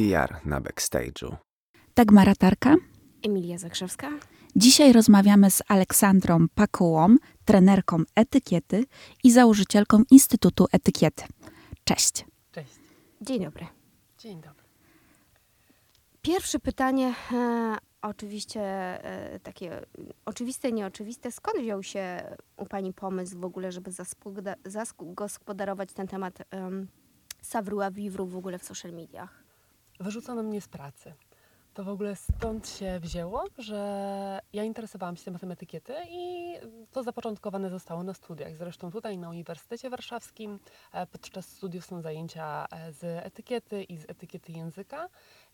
PR na backstage'u. Dagmara Tarka. Emilia Zakrzewska. Dzisiaj rozmawiamy z Aleksandrą Pakułą, trenerką etykiety i założycielką Instytutu Etykiety. Cześć. Cześć. Dzień dobry. Dzień dobry. Pierwsze pytanie, oczywiście takie oczywiste, nieoczywiste. Skąd wziął się u Pani pomysł w ogóle, żeby zagospodarować ten temat savoir-vivre w ogóle w social mediach? Wyrzucono mnie z pracy. To w ogóle stąd się wzięło, że ja interesowałam się tematem etykiety i to zapoczątkowane zostało na studiach. Zresztą tutaj na Uniwersytecie Warszawskim podczas studiów są zajęcia z etykiety i z etykiety języka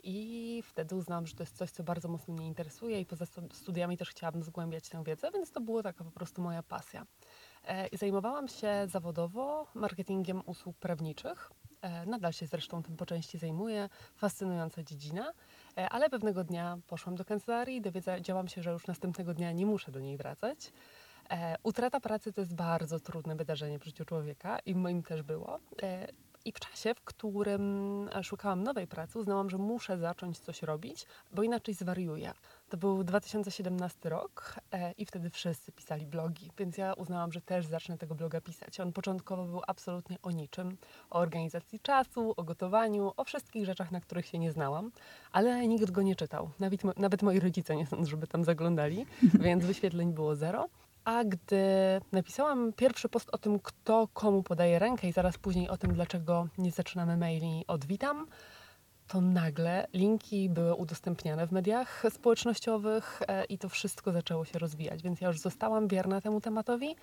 i wtedy uznałam, że to jest coś, co bardzo mocno mnie interesuje i poza studiami też chciałabym zgłębiać tę wiedzę, więc to była taka po prostu moja pasja. Zajmowałam się zawodowo marketingiem usług prawniczych. Nadal się zresztą tym po części zajmuję, fascynująca dziedzina, ale pewnego dnia poszłam do kancelarii i dowiedziałam się, że już następnego dnia nie muszę do niej wracać. Utrata pracy to jest bardzo trudne wydarzenie w życiu człowieka i moim też było. I w czasie, w którym szukałam nowej pracy, uznałam, że muszę zacząć coś robić, bo inaczej zwariuję. To był 2017 rok i wtedy wszyscy pisali blogi, więc ja uznałam, że też zacznę tego bloga pisać. On początkowo był absolutnie o niczym, o organizacji czasu, o gotowaniu, o wszystkich rzeczach, na których się nie znałam, ale nikt go nie czytał. Nawet moi rodzice nie sądzą, żeby tam zaglądali, więc wyświetleń było zero. A gdy napisałam pierwszy post o tym, kto komu podaje rękę i zaraz później o tym, dlaczego nie zaczynamy maili od witam, to nagle linki były udostępniane w mediach społecznościowych i to wszystko zaczęło się rozwijać. Więc ja już zostałam wierna temu tematowi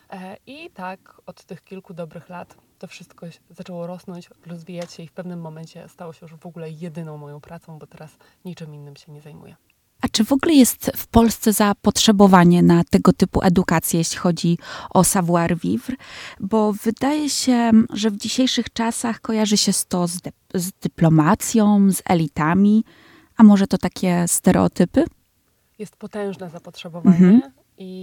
i tak od tych kilku dobrych lat to wszystko zaczęło rosnąć, rozwijać się i w pewnym momencie stało się już w ogóle jedyną moją pracą, bo teraz niczym innym się nie zajmuję. A czy w ogóle jest w Polsce zapotrzebowanie na tego typu edukację, jeśli chodzi o savoir-vivre? Bo wydaje się, że w dzisiejszych czasach kojarzy się to z dyplomacją, z elitami. A może to takie stereotypy? Jest potężne zapotrzebowanie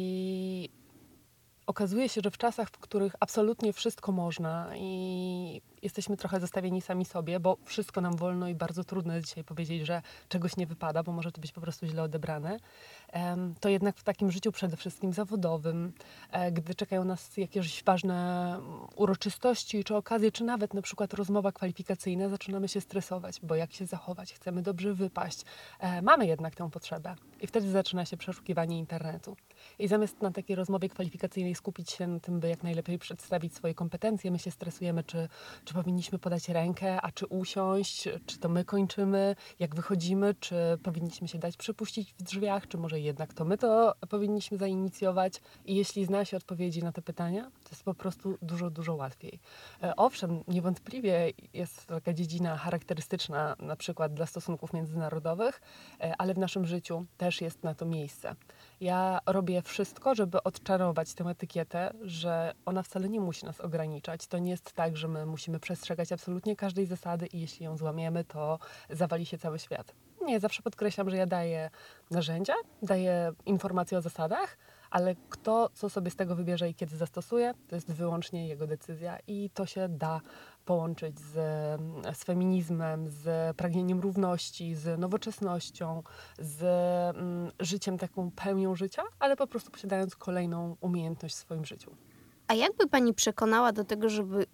i okazuje się, że w czasach, w których absolutnie wszystko można i jesteśmy trochę zostawieni sami sobie, bo wszystko nam wolno i bardzo trudno jest dzisiaj powiedzieć, że czegoś nie wypada, bo może to być po prostu źle odebrane, to jednak w takim życiu przede wszystkim zawodowym, gdy czekają nas jakieś ważne uroczystości, czy okazje, czy nawet na przykład rozmowa kwalifikacyjna, zaczynamy się stresować, bo jak się zachować, chcemy dobrze wypaść. Mamy jednak tę potrzebę i wtedy zaczyna się przeszukiwanie internetu. I zamiast na takiej rozmowie kwalifikacyjnej skupić się na tym, by jak najlepiej przedstawić swoje kompetencje, my się stresujemy, czy powinniśmy podać rękę, a czy usiąść, czy to my kończymy, jak wychodzimy, czy powinniśmy się dać przypuścić w drzwiach, czy może jednak to my to powinniśmy zainicjować. I jeśli zna się odpowiedzi na te pytania, to jest po prostu dużo, dużo łatwiej. Owszem, niewątpliwie jest to taka dziedzina charakterystyczna na przykład dla stosunków międzynarodowych, ale w naszym życiu też jest na to miejsce. Ja robię wszystko, żeby odczarować tę etykietę, że ona wcale nie musi nas ograniczać. To nie jest tak, że my musimy przestrzegać absolutnie każdej zasady i jeśli ją złamiemy, to zawali się cały świat. Nie, zawsze podkreślam, że ja daję narzędzia, daję informacje o zasadach, ale kto co sobie z tego wybierze i kiedy zastosuje, to jest wyłącznie jego decyzja i to się da połączyć z feminizmem, z pragnieniem równości, z nowoczesnością, z życiem, taką pełnią życia, ale po prostu posiadając kolejną umiejętność w swoim życiu. A jakby Pani przekonała do tego,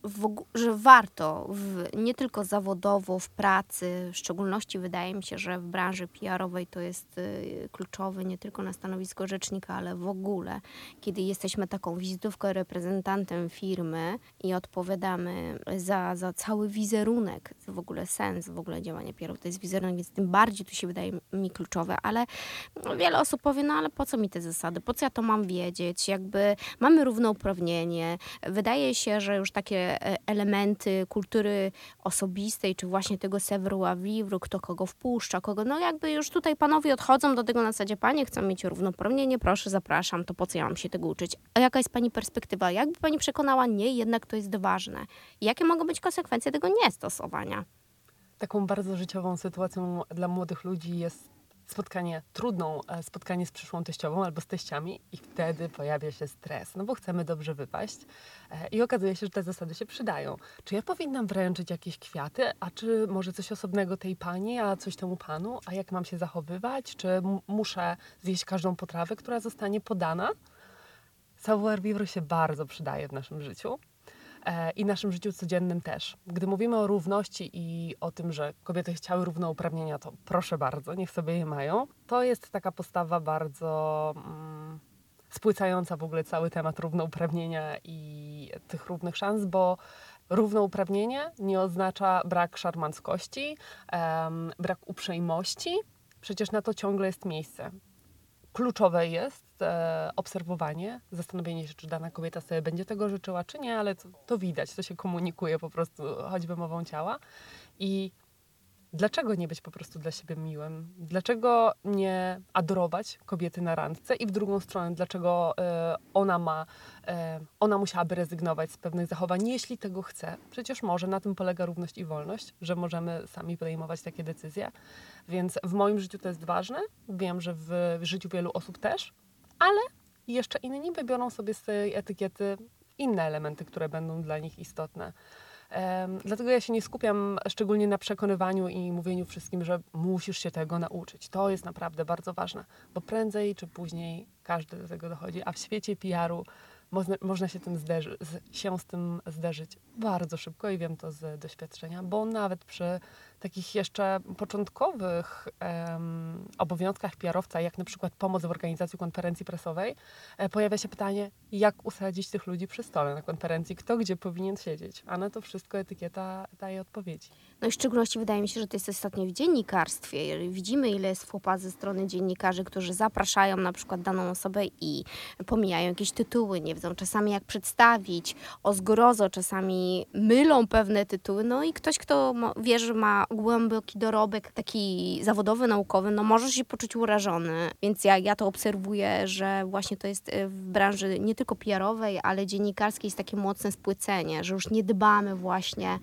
że warto nie tylko zawodowo, w pracy, w szczególności wydaje mi się, że w branży PR-owej to jest kluczowe nie tylko na stanowisko rzecznika, ale w ogóle, kiedy jesteśmy taką wizytówką, reprezentantem firmy i odpowiadamy za cały wizerunek, w ogóle sens w ogóle działania PR-ów, to jest wizerunek, więc tym bardziej to się wydaje mi kluczowe, ale wiele osób powie, no ale po co mi te zasady, po co ja to mam wiedzieć, jakby mamy równouprawnienie. Wydaje się, że już takie elementy kultury osobistej, czy właśnie tego savoir-vivre, kto kogo wpuszcza, kogo, no jakby już tutaj panowie odchodzą do tego na zasadzie, panie chcą mieć równouprawnienie, proszę, zapraszam, to po co ja mam się tego uczyć? A jaka jest pani perspektywa? Jakby pani przekonała, nie, jednak to jest ważne. Jakie mogą być konsekwencje tego niestosowania? Taką bardzo życiową sytuacją dla młodych ludzi jest spotkanie z przyszłą teściową albo z teściami i wtedy pojawia się stres, no bo chcemy dobrze wypaść i okazuje się, że te zasady się przydają. Czy ja powinnam wręczyć jakieś kwiaty, a czy może coś osobnego tej pani, a coś temu panu, a jak mam się zachowywać, czy muszę zjeść każdą potrawę, która zostanie podana? Savoir-vivre się bardzo przydaje w naszym życiu. I naszym życiu codziennym też. Gdy mówimy o równości i o tym, że kobiety chciały równouprawnienia, to proszę bardzo, niech sobie je mają. To jest taka postawa bardzo spłycająca w ogóle cały temat równouprawnienia i tych równych szans, bo równouprawnienie nie oznacza brak szarmanckości, brak uprzejmości. Przecież na to ciągle jest miejsce. Kluczowe jest obserwowanie, zastanowienie się, czy dana kobieta sobie będzie tego życzyła, czy nie, ale to widać, to się komunikuje po prostu choćby mową ciała. I dlaczego nie być po prostu dla siebie miłym? Dlaczego nie adorować kobiety na randce? I w drugą stronę, dlaczego ona musiałaby rezygnować z pewnych zachowań, jeśli tego chce? Przecież może na tym polega równość i wolność, że możemy sami podejmować takie decyzje. Więc w moim życiu to jest ważne. Wiem, że w życiu wielu osób też, ale jeszcze inni wybiorą sobie z tej etykiety inne elementy, które będą dla nich istotne. Dlatego ja się nie skupiam szczególnie na przekonywaniu i mówieniu wszystkim, że musisz się tego nauczyć. To jest naprawdę bardzo ważne, bo prędzej czy później każdy do tego dochodzi, a w świecie PR-u można się z tym zderzyć bardzo szybko i wiem to z doświadczenia, bo nawet przy takich jeszcze początkowych obowiązkach PR-owca, jak na przykład pomoc w organizacji konferencji prasowej, pojawia się pytanie, jak usadzić tych ludzi przy stole na konferencji, kto gdzie powinien siedzieć, a na to wszystko etykieta daje odpowiedzi. No i w szczególności wydaje mi się, że to jest istotnie w dziennikarstwie. Jeżeli widzimy, ile jest faux pas ze strony dziennikarzy, którzy zapraszają na przykład daną osobę i pomijają jakieś tytuły, nie wiedzą czasami jak przedstawić, o zgrozo czasami mylą pewne tytuły, no i ktoś, kto wie, że ma głęboki dorobek taki zawodowy, naukowy, no może się poczuć urażony. Więc ja to obserwuję, że właśnie to jest w branży nie tylko PR-owej, ale dziennikarskiej jest takie mocne spłycenie, że już nie dbamy właśnie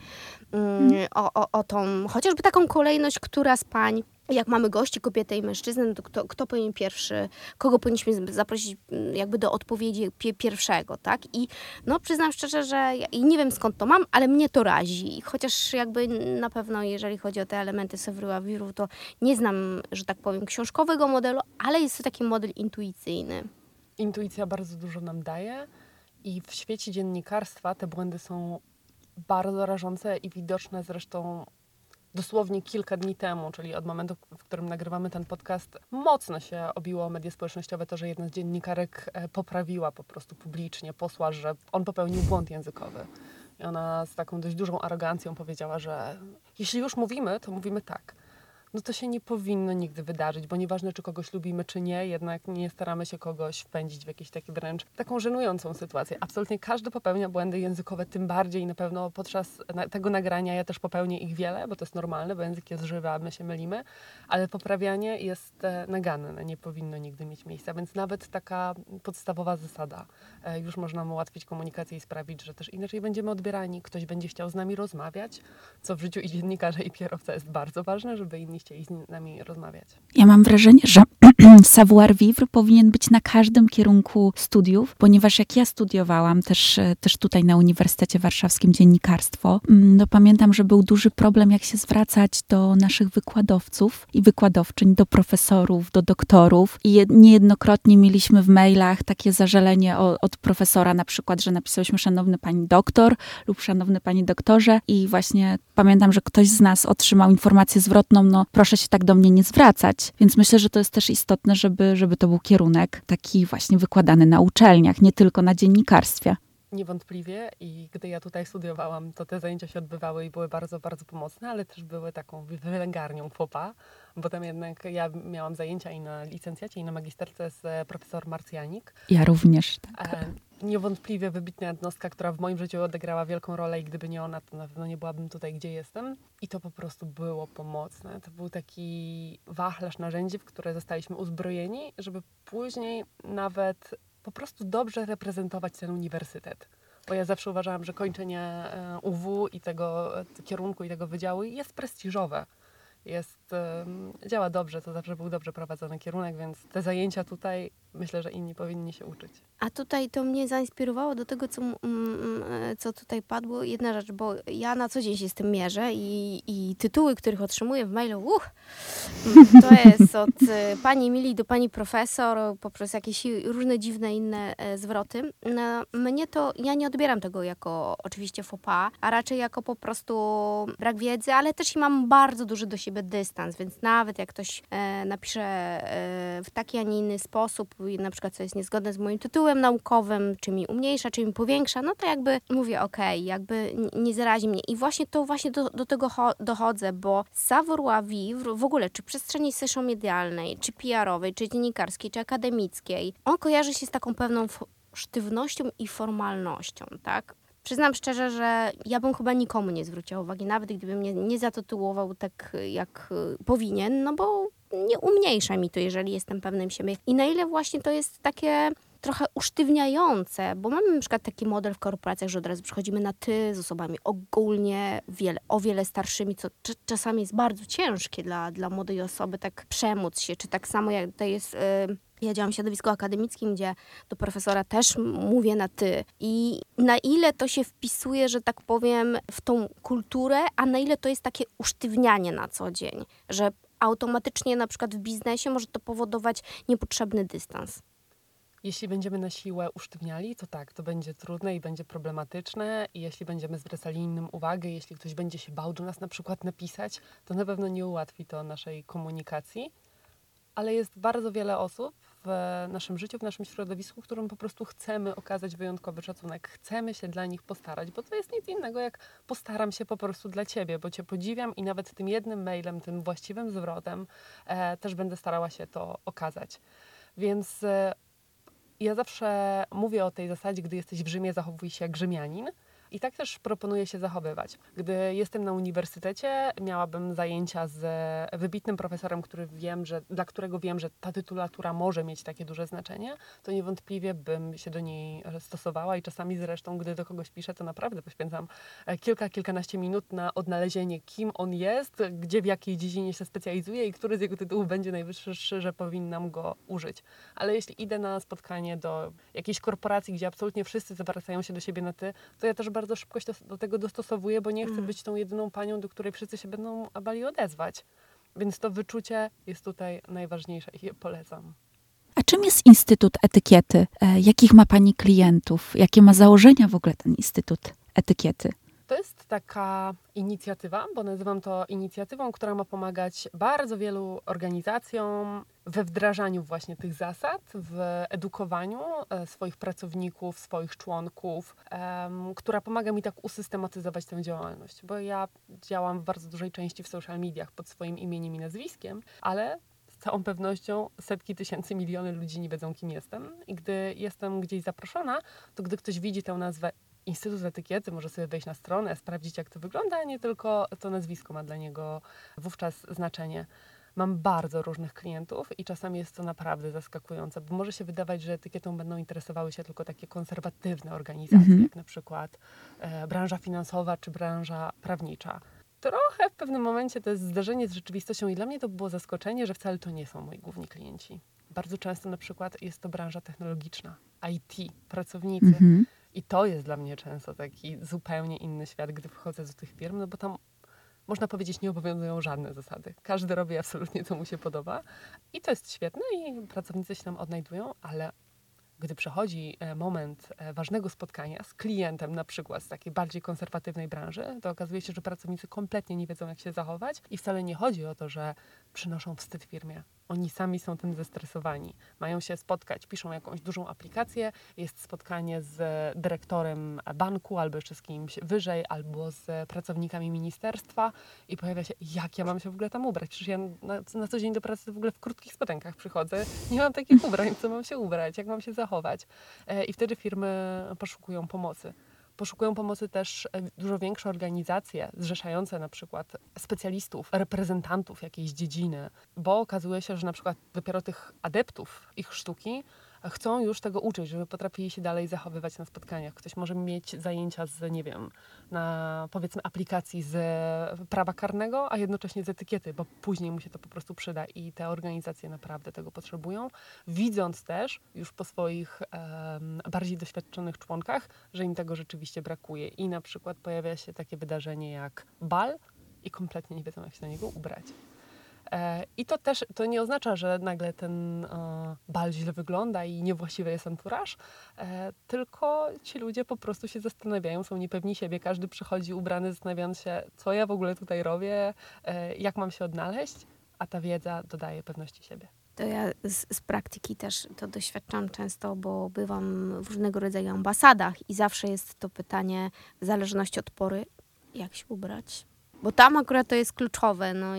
o tą, chociażby taką kolejność, która z pań, jak mamy gości, kobietę i mężczyznę, no to kto powinien pierwszy, kogo powinniśmy zaprosić jakby do odpowiedzi pierwszego, tak? I no przyznam szczerze, że ja nie wiem skąd to mam, ale mnie to razi. Chociaż jakby na pewno jeżeli chodzi o te elementy savoir-vivre, to nie znam, że tak powiem, książkowego modelu, ale jest to taki model intuicyjny. Intuicja bardzo dużo nam daje i w świecie dziennikarstwa te błędy są bardzo rażące i widoczne zresztą dosłownie kilka dni temu, czyli od momentu, w którym nagrywamy ten podcast, mocno się obiło media społecznościowe to, że jedna z dziennikarek poprawiła po prostu publicznie posła, że on popełnił błąd językowy. I ona z taką dość dużą arogancją powiedziała, że jeśli już mówimy, to mówimy tak. No to się nie powinno nigdy wydarzyć, bo nieważne, czy kogoś lubimy, czy nie, jednak nie staramy się kogoś wpędzić w jakieś takie wręcz taką żenującą sytuację. Absolutnie każdy popełnia błędy językowe, tym bardziej na pewno podczas tego nagrania ja też popełnię ich wiele, bo to jest normalne, bo język jest żywy, a my się mylimy, ale poprawianie jest naganne, nie powinno nigdy mieć miejsca, więc nawet taka podstawowa zasada już można mu ułatwić komunikację i sprawić, że też inaczej będziemy odbierani, ktoś będzie chciał z nami rozmawiać, co w życiu i dziennikarza, i PR-owca jest bardzo ważne, żeby inni chcieli z nami rozmawiać. Ja mam wrażenie, że savoir-vivre powinien być na każdym kierunku studiów, ponieważ jak ja studiowałam też tutaj na Uniwersytecie Warszawskim dziennikarstwo, no pamiętam, że był duży problem, jak się zwracać do naszych wykładowców i wykładowczyń, do profesorów, do doktorów i niejednokrotnie mieliśmy w mailach takie zażalenie od profesora na przykład, że napisałyśmy szanowny pani doktor lub szanowny panie doktorze i właśnie pamiętam, że ktoś z nas otrzymał informację zwrotną, no proszę się tak do mnie nie zwracać. Więc myślę, że to jest też istotne, żeby to był kierunek taki właśnie wykładany na uczelniach, nie tylko na dziennikarstwie. Niewątpliwie i gdy ja tutaj studiowałam, to te zajęcia się odbywały i były bardzo, bardzo pomocne, ale też były taką wylęgarnią faux pas, bo tam jednak ja miałam zajęcia i na licencjacie, i na magisterce z profesor Marcjanik. Ja również, tak. Niewątpliwie wybitna jednostka, która w moim życiu odegrała wielką rolę i gdyby nie ona, to na pewno nie byłabym tutaj, gdzie jestem. I to po prostu było pomocne. To był taki wachlarz narzędzi, w które zostaliśmy uzbrojeni, żeby później nawet po prostu dobrze reprezentować ten uniwersytet. Bo ja zawsze uważałam, że kończenie UW i tego kierunku i tego wydziału jest prestiżowe. działa dobrze, to zawsze był dobrze prowadzony kierunek, więc te zajęcia tutaj myślę, że inni powinni się uczyć. A tutaj to mnie zainspirowało do tego, co tutaj padło. Jedna rzecz, bo ja na co dzień się z tym mierzę i tytuły, których otrzymuję w mailu, to jest od pani Emilii do pani profesor, poprzez jakieś różne dziwne inne zwroty. Ja nie odbieram tego jako oczywiście faux pas, a raczej jako po prostu brak wiedzy, ale też i mam bardzo duży do siebie dystans, więc nawet jak ktoś napisze w taki, a nie inny sposób, na przykład co jest niezgodne z moim tytułem naukowym, czy mi umniejsza, czy mi powiększa, no to jakby mówię okej, jakby nie zarazi mnie. I właśnie do tego dochodzę, bo savoir-vivre w ogóle, czy przestrzeni social medialnej, czy PR-owej, czy dziennikarskiej, czy akademickiej, on kojarzy się z taką pewną sztywnością i formalnością, tak? Przyznam szczerze, że ja bym chyba nikomu nie zwróciła uwagi, nawet gdyby mnie nie zatytułował tak, jak powinien, no bo nie umniejsza mi to, jeżeli jestem pewnym siebie. I na ile właśnie to jest takie trochę usztywniające, bo mamy na przykład taki model w korporacjach, że od razu przychodzimy na ty z osobami ogólnie o wiele starszymi, co czasami jest bardzo ciężkie dla młodej osoby, tak przemóc się, czy tak samo jak to jest... Ja działam w środowisku akademickim, gdzie do profesora też mówię na ty. I na ile to się wpisuje, że tak powiem, w tą kulturę, a na ile to jest takie usztywnianie na co dzień, że automatycznie na przykład w biznesie może to powodować niepotrzebny dystans. Jeśli będziemy na siłę usztywniali, to tak, to będzie trudne i będzie problematyczne. I jeśli będziemy zwracali innym uwagę, jeśli ktoś będzie się bał do nas na przykład napisać, to na pewno nie ułatwi to naszej komunikacji. Ale jest bardzo wiele osób w naszym życiu, w naszym środowisku, którym po prostu chcemy okazać wyjątkowy szacunek. Chcemy się dla nich postarać, bo to jest nic innego jak postaram się po prostu dla ciebie, bo cię podziwiam i nawet tym jednym mailem, tym właściwym zwrotem też będę starała się to okazać. Więc ja zawsze mówię o tej zasadzie, gdy jesteś w Rzymie, zachowuj się jak Rzymianin. I tak też proponuję się zachowywać. Gdy jestem na uniwersytecie, miałabym zajęcia z wybitnym profesorem, dla którego wiem, że ta tytulatura może mieć takie duże znaczenie, to niewątpliwie bym się do niej stosowała i czasami zresztą, gdy do kogoś piszę, to naprawdę poświęcam kilkanaście minut na odnalezienie, kim on jest, gdzie, w jakiej dziedzinie się specjalizuje i który z jego tytułów będzie najwyższy, że powinnam go użyć. Ale jeśli idę na spotkanie do jakiejś korporacji, gdzie absolutnie wszyscy zwracają się do siebie na ty, to ja też bardzo szybko się do tego dostosowuję, bo nie chcę być tą jedyną panią, do której wszyscy się będą bali odezwać. Więc to wyczucie jest tutaj najważniejsze i je polecam. A czym jest Instytut Etykiety? Jakich ma pani klientów? Jakie ma założenia w ogóle ten Instytut Etykiety? To jest taka inicjatywa, bo nazywam to inicjatywą, która ma pomagać bardzo wielu organizacjom we wdrażaniu właśnie tych zasad, w edukowaniu swoich pracowników, swoich członków, która pomaga mi tak usystematyzować tę działalność, bo ja działam w bardzo dużej części w social mediach pod swoim imieniem i nazwiskiem, ale z całą pewnością setki tysięcy, miliony ludzi nie wiedzą, kim jestem. I gdy jestem gdzieś zaproszona, to gdy ktoś widzi tę nazwę Instytut Etykiety, może sobie wejść na stronę, sprawdzić, jak to wygląda, a nie tylko to nazwisko ma dla niego wówczas znaczenie. Mam bardzo różnych klientów i czasami jest to naprawdę zaskakujące, bo może się wydawać, że etykietą będą interesowały się tylko takie konserwatywne organizacje, jak na przykład branża finansowa czy branża prawnicza. Trochę w pewnym momencie to jest zderzenie z rzeczywistością i dla mnie to było zaskoczenie, że wcale to nie są moi główni klienci. Bardzo często na przykład jest to branża technologiczna, IT, pracownicy. I to jest dla mnie często taki zupełnie inny świat, gdy wchodzę do tych firm, no bo tam można powiedzieć, nie obowiązują żadne zasady. Każdy robi absolutnie, co mu się podoba. I to jest świetne i pracownicy się tam odnajdują, ale gdy przychodzi moment ważnego spotkania z klientem, na przykład z takiej bardziej konserwatywnej branży, to okazuje się, że pracownicy kompletnie nie wiedzą, jak się zachować i wcale nie chodzi o to, że przynoszą wstyd firmie. Oni sami są tym zestresowani. Mają się spotkać, piszą jakąś dużą aplikację, jest spotkanie z dyrektorem banku, albo jeszcze z kimś wyżej, albo z pracownikami ministerstwa i pojawia się, jak ja mam się w ogóle tam ubrać? Przecież ja na co dzień do pracy w ogóle w krótkich spodenkach przychodzę, nie mam takich ubrań, co mam się ubrać, jak mam się zachować? I wtedy firmy poszukują pomocy. Poszukują pomocy też dużo większe organizacje zrzeszające na przykład specjalistów, reprezentantów jakiejś dziedziny, bo okazuje się, że na przykład dopiero tych adeptów ich sztuki chcą już tego uczyć, żeby potrafili się dalej zachowywać na spotkaniach. Ktoś może mieć zajęcia z, nie wiem, na powiedzmy aplikacji z prawa karnego, a jednocześnie z etykiety, bo później mu się to po prostu przyda i te organizacje naprawdę tego potrzebują. Widząc też już po swoich bardziej doświadczonych członkach, że im tego rzeczywiście brakuje. I na przykład pojawia się takie wydarzenie jak bal i kompletnie nie wiedzą, jak się na niego ubrać. I to też, to nie oznacza, że nagle ten bal źle wygląda i niewłaściwy jest anturaż, tylko ci ludzie po prostu się zastanawiają, są niepewni siebie. Każdy przychodzi ubrany, zastanawiając się, co ja w ogóle tutaj robię, jak mam się odnaleźć, a ta wiedza dodaje pewności siebie. To ja z praktyki też to doświadczam często, bo bywam w różnego rodzaju ambasadach i zawsze jest to pytanie, w zależności od pory, jak się ubrać. Bo tam akurat to jest kluczowe, no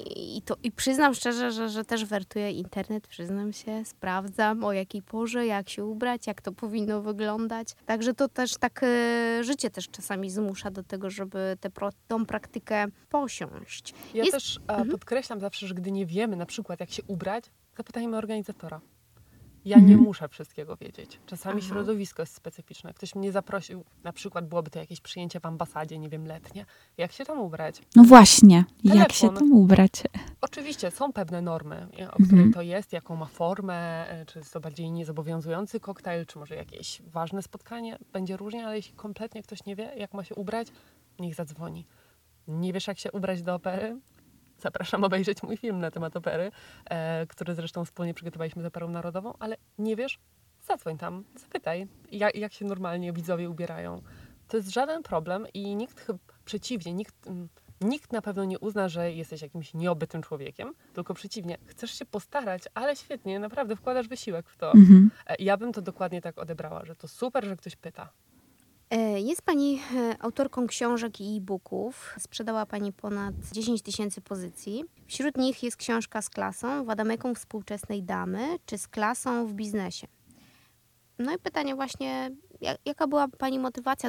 i przyznam szczerze, że też wertuję internet, przyznam się, sprawdzam o jakiej porze, jak się ubrać, jak to powinno wyglądać. Także to też tak życie też czasami zmusza do tego, żeby tą praktykę posiąść. Ja też podkreślam zawsze, że gdy nie wiemy na przykład jak się ubrać, zapytajmy organizatora. Ja nie muszę wszystkiego wiedzieć. Czasami środowisko jest specyficzne. Ktoś mnie zaprosił, na przykład byłoby to jakieś przyjęcie w ambasadzie, nie wiem, letnie. Jak się tam ubrać? No właśnie, Telefon. jak się tam ubrać? Oczywiście są pewne normy, o której to jest, jaką ma formę, czy jest to bardziej niezobowiązujący koktajl, czy może jakieś ważne spotkanie. Będzie różnie, ale jeśli kompletnie ktoś nie wie, jak ma się ubrać, niech zadzwoni. Nie wiesz, jak się ubrać do opery? Zapraszam obejrzeć mój film na temat opery, który zresztą wspólnie przygotowaliśmy z Operą Narodową, ale nie wiesz? Zadzwoń tam, zapytaj, jak się normalnie widzowie ubierają. To jest żaden problem i przeciwnie, nikt na pewno nie uzna, że jesteś jakimś nieobytym człowiekiem, tylko przeciwnie, chcesz się postarać, ale świetnie, naprawdę wkładasz wysiłek w to. Ja bym to dokładnie tak odebrała, że to super, że ktoś pyta. Jest Pani autorką książek i e-booków. Sprzedała Pani ponad 10 000 pozycji. Wśród nich jest książka z klasą, Wadameką współczesnej damy, czy z klasą w biznesie. No i pytanie właśnie, jaka była Pani motywacja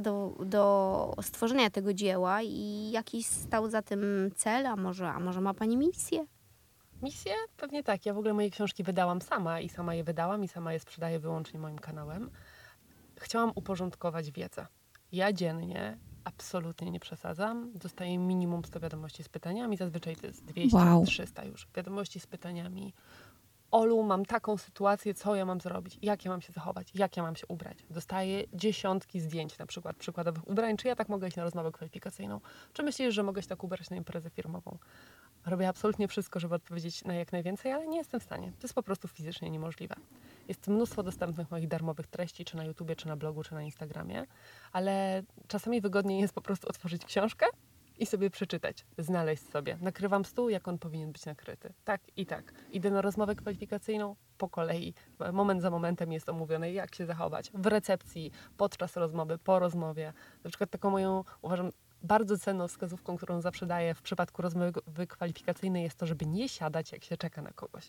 do stworzenia tego dzieła i jaki stał za tym cel, a może ma Pani misję? Misję? Pewnie tak. Ja w ogóle moje książki wydałam sama i sama je wydałam i sama je sprzedaję wyłącznie moim kanałem. Chciałam uporządkować wiedzę. Ja dziennie, absolutnie nie przesadzam, dostaję minimum 100 wiadomości z pytaniami, zazwyczaj to jest 200-300 już. Wiadomości z pytaniami. Olu, mam taką sytuację, co ja mam zrobić? Jak ja mam się zachować? Jak ja mam się ubrać? Dostaję dziesiątki zdjęć, na przykład przykładowych ubrań. Czy ja tak mogę iść na rozmowę kwalifikacyjną? Czy myślisz, że mogę się tak ubrać na imprezę firmową? Robię absolutnie wszystko, żeby odpowiedzieć na jak najwięcej, ale nie jestem w stanie. To jest po prostu fizycznie niemożliwe. Jest mnóstwo dostępnych moich darmowych treści, czy na YouTubie, czy na blogu, czy na Instagramie, ale czasami wygodniej jest po prostu otworzyć książkę i sobie przeczytać, znaleźć sobie. Nakrywam stół, jak on powinien być nakryty. Tak i tak. Idę na rozmowę kwalifikacyjną po kolei. Moment za momentem jest omówione, jak się zachować w recepcji, podczas rozmowy, po rozmowie. Na przykład taką moją, uważam, bardzo cenną wskazówką, którą zawsze daję w przypadku rozmowy kwalifikacyjnej jest to, żeby nie siadać, jak się czeka na kogoś.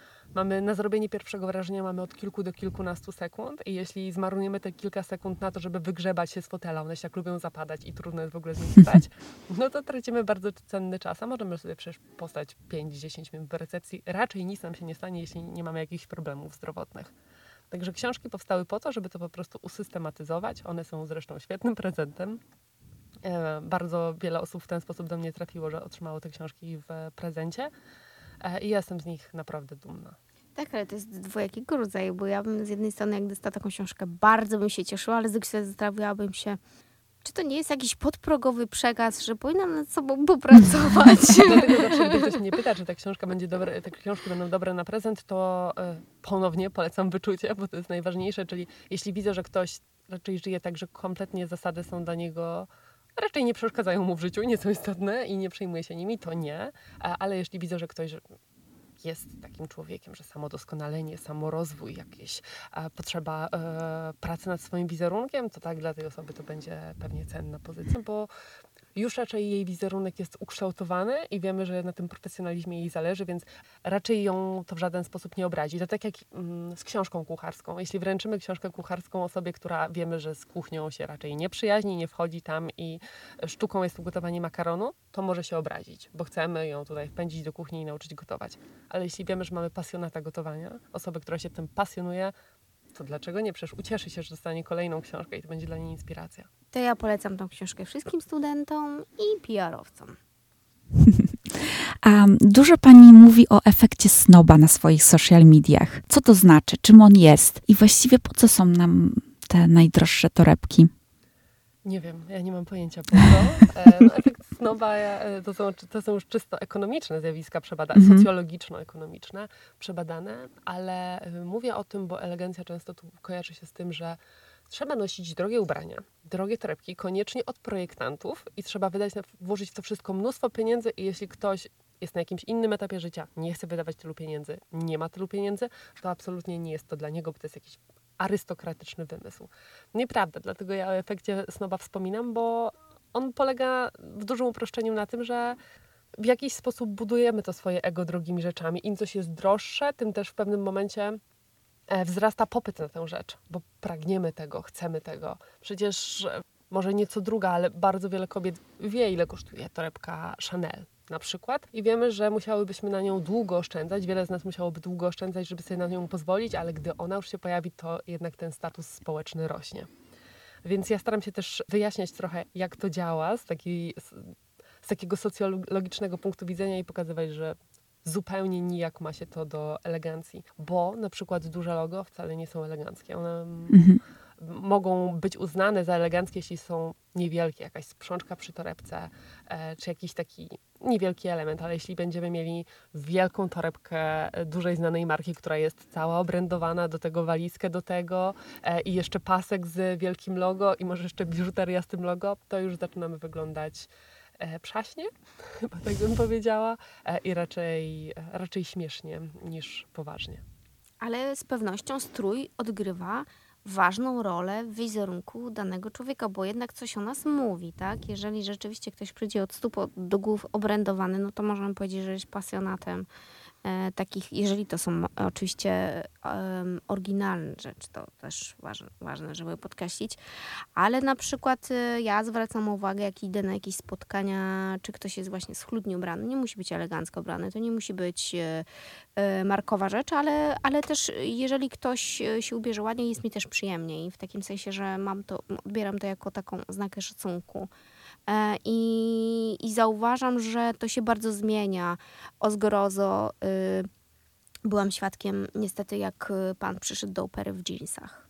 Na zrobienie pierwszego wrażenia mamy od kilku do kilkunastu sekund i jeśli zmarnujemy te kilka sekund na to, żeby wygrzebać się z fotela, one się tak lubią zapadać i trudno jest w ogóle z nich wstać, no to tracimy bardzo cenny czas, a możemy sobie przecież postać 5-10 minut w recepcji. Raczej nic nam się nie stanie, jeśli nie mamy jakichś problemów zdrowotnych. Także książki powstały po to, żeby to po prostu usystematyzować. One są zresztą świetnym prezentem. Bardzo wiele osób w ten sposób do mnie trafiło, że otrzymało te książki w prezencie i ja jestem z nich naprawdę dumna. Tak, ale to jest dwojakiego rodzaju, bo ja bym z jednej strony, jak dostała taką książkę, bardzo bym się cieszyła, ale z drugiej strony zastanawiałabym się, czy to nie jest jakiś podprogowy przekaz, że powinnam nad sobą popracować. Dlatego zawsze, gdy ktoś mnie pyta, czy te książki będą dobre na prezent, to ponownie polecam wyczucie, bo to jest najważniejsze, czyli jeśli widzę, że ktoś raczej żyje tak, że kompletnie zasady są dla niego raczej nie przeszkadzają mu w życiu, nie są istotne i nie przejmuje się nimi, to nie. Ale jeśli widzę, że ktoś jest takim człowiekiem, że samodoskonalenie, samorozwój, jakieś potrzeba pracy nad swoim wizerunkiem, to tak dla tej osoby to będzie pewnie cenna pozycja, bo już raczej jej wizerunek jest ukształtowany i wiemy, że na tym profesjonalizmie jej zależy, więc raczej ją to w żaden sposób nie obrazi. To tak jak z książką kucharską. Jeśli wręczymy książkę kucharską osobie, która wiemy, że z kuchnią się raczej nie przyjaźni, nie wchodzi tam i sztuką jest ugotowanie makaronu, to może się obrazić, bo chcemy ją tutaj wpędzić do kuchni i nauczyć gotować. Ale jeśli wiemy, że mamy pasjonata gotowania, osobę, która się tym pasjonuje, to dlaczego nie? Przecież ucieszy się, że dostanie kolejną książkę i to będzie dla niej inspiracja. To ja polecam tą książkę wszystkim studentom i PR-owcom. A dużo pani mówi o efekcie snoba na swoich social mediach. Co to znaczy? Czym on jest? I właściwie po co są nam te najdroższe torebki? Nie wiem, ja nie mam pojęcia po co. Efekt snoba to są już czysto ekonomiczne zjawiska socjologiczno-ekonomiczne, przebadane, ale mówię o tym, bo elegancja często tu kojarzy się z tym, że trzeba nosić drogie ubrania, drogie torebki, koniecznie od projektantów i trzeba włożyć w to wszystko mnóstwo pieniędzy i jeśli ktoś jest na jakimś innym etapie życia, nie chce wydawać tylu pieniędzy, nie ma tylu pieniędzy, to absolutnie nie jest to dla niego, bo to jest jakiś arystokratyczny wymysł. Nieprawda, dlatego ja o efekcie snoba wspominam, bo on polega w dużym uproszczeniu na tym, że w jakiś sposób budujemy to swoje ego drogimi rzeczami. Im coś jest droższe, tym też w pewnym momencie wzrasta popyt na tę rzecz, bo pragniemy tego, chcemy tego. Przecież może nie co druga, ale bardzo wiele kobiet wie, ile kosztuje torebka Chanel na przykład i wiemy, że musiałybyśmy na nią długo oszczędzać, wiele z nas musiałoby długo oszczędzać, żeby sobie na nią pozwolić, ale gdy ona już się pojawi, to jednak ten status społeczny rośnie. Więc ja staram się też wyjaśniać trochę, jak to działa z takiego socjologicznego punktu widzenia i pokazywać, że zupełnie nijak ma się to do elegancji, bo na przykład duże logo wcale nie są eleganckie. One mogą być uznane za eleganckie, jeśli są niewielkie, jakaś sprzączka przy torebce, czy jakiś taki niewielki element, ale jeśli będziemy mieli wielką torebkę dużej znanej marki, która jest cała obrędowana, do tego walizkę do tego i jeszcze pasek z wielkim logo i może jeszcze biżuteria z tym logo, to już zaczynamy wyglądać przaśnie, chyba tak bym powiedziała, i raczej śmiesznie niż poważnie. Ale z pewnością strój odgrywa ważną rolę w wizerunku danego człowieka, bo jednak coś o nas mówi, tak? Jeżeli rzeczywiście ktoś przyjdzie od stóp do głów obrędowany, no to możemy powiedzieć, że jest pasjonatem takich, jeżeli to są oczywiście oryginalne rzeczy, to też ważne, żeby podkreślić, ale na przykład ja zwracam uwagę, jak idę na jakieś spotkania, czy ktoś jest właśnie schludnie ubrany, nie musi być elegancko ubrany, to nie musi być markowa rzecz, ale też jeżeli ktoś się ubierze ładnie, jest mi też przyjemniej, w takim sensie, że odbieram to jako taką oznakę szacunku. I zauważam, że to się bardzo zmienia. O zgrozo byłam świadkiem niestety, jak pan przyszedł do opery w dżinsach.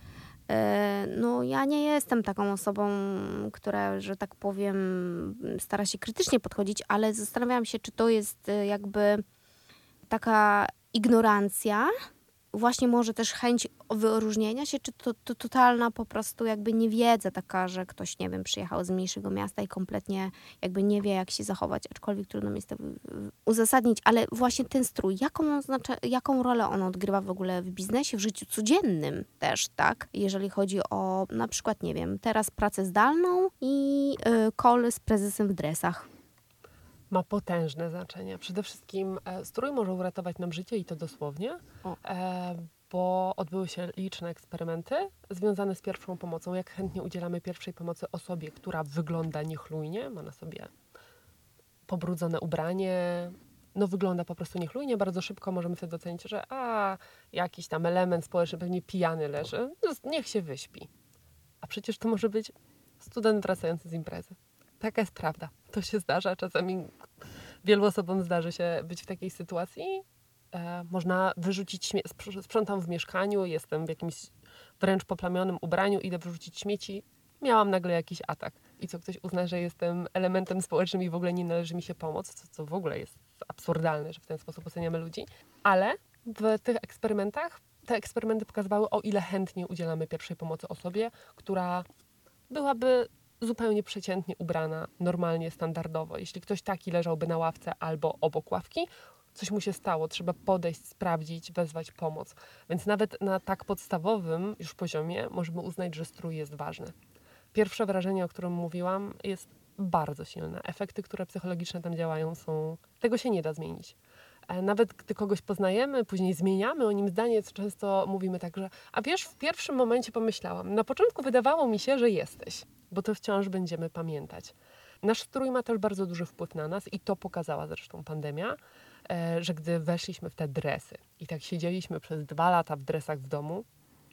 No ja nie jestem taką osobą, która, że tak powiem, stara się krytycznie podchodzić, ale zastanawiałam się, czy to jest jakby taka ignorancja, właśnie może też chęć wyróżnienia się, czy to totalna po prostu jakby niewiedza taka, że ktoś, nie wiem, przyjechał z mniejszego miasta i kompletnie jakby nie wie, jak się zachować, aczkolwiek trudno mi jest to uzasadnić, ale właśnie ten strój, jaką rolę on odgrywa w ogóle w biznesie, w życiu codziennym też, tak? Jeżeli chodzi o na przykład, nie wiem, teraz pracę zdalną i call z prezesem w dresach. Ma potężne znaczenie. Przede wszystkim strój może uratować nam życie i to dosłownie, bo odbyły się liczne eksperymenty związane z pierwszą pomocą. Jak chętnie udzielamy pierwszej pomocy osobie, która wygląda niechlujnie, ma na sobie pobrudzone ubranie, no wygląda po prostu niechlujnie, bardzo szybko możemy wtedy docenić, że jakiś tam element społeczny pewnie pijany leży, no, niech się wyśpi. A przecież to może być student wracający z imprezy. Taka jest prawda. To się zdarza. Czasami wielu osobom zdarzy się być w takiej sytuacji. Można wyrzucić sprzątam w mieszkaniu, jestem w jakimś wręcz poplamionym ubraniu, idę wyrzucić śmieci. Miałam nagle jakiś atak. I co ktoś uzna, że jestem elementem społecznym i w ogóle nie należy mi się pomoc, co w ogóle jest absurdalne, że w ten sposób oceniamy ludzi. Ale w tych eksperymentach, te eksperymenty pokazywały, o ile chętnie udzielamy pierwszej pomocy osobie, która byłaby zupełnie przeciętnie ubrana, normalnie, standardowo. Jeśli ktoś taki leżałby na ławce albo obok ławki, coś mu się stało, trzeba podejść, sprawdzić, wezwać pomoc. Więc nawet na tak podstawowym już poziomie możemy uznać, że strój jest ważny. Pierwsze wrażenie, o którym mówiłam, jest bardzo silne. Efekty, które psychologiczne tam działają, tego się nie da zmienić. Nawet gdy kogoś poznajemy, później zmieniamy o nim zdanie, to często mówimy tak, że a wiesz, w pierwszym momencie pomyślałam, na początku wydawało mi się, że jesteś, bo to wciąż będziemy pamiętać. Nasz strój ma też bardzo duży wpływ na nas i to pokazała zresztą pandemia, że gdy weszliśmy w te dresy i tak siedzieliśmy przez 2 lata w dresach w domu,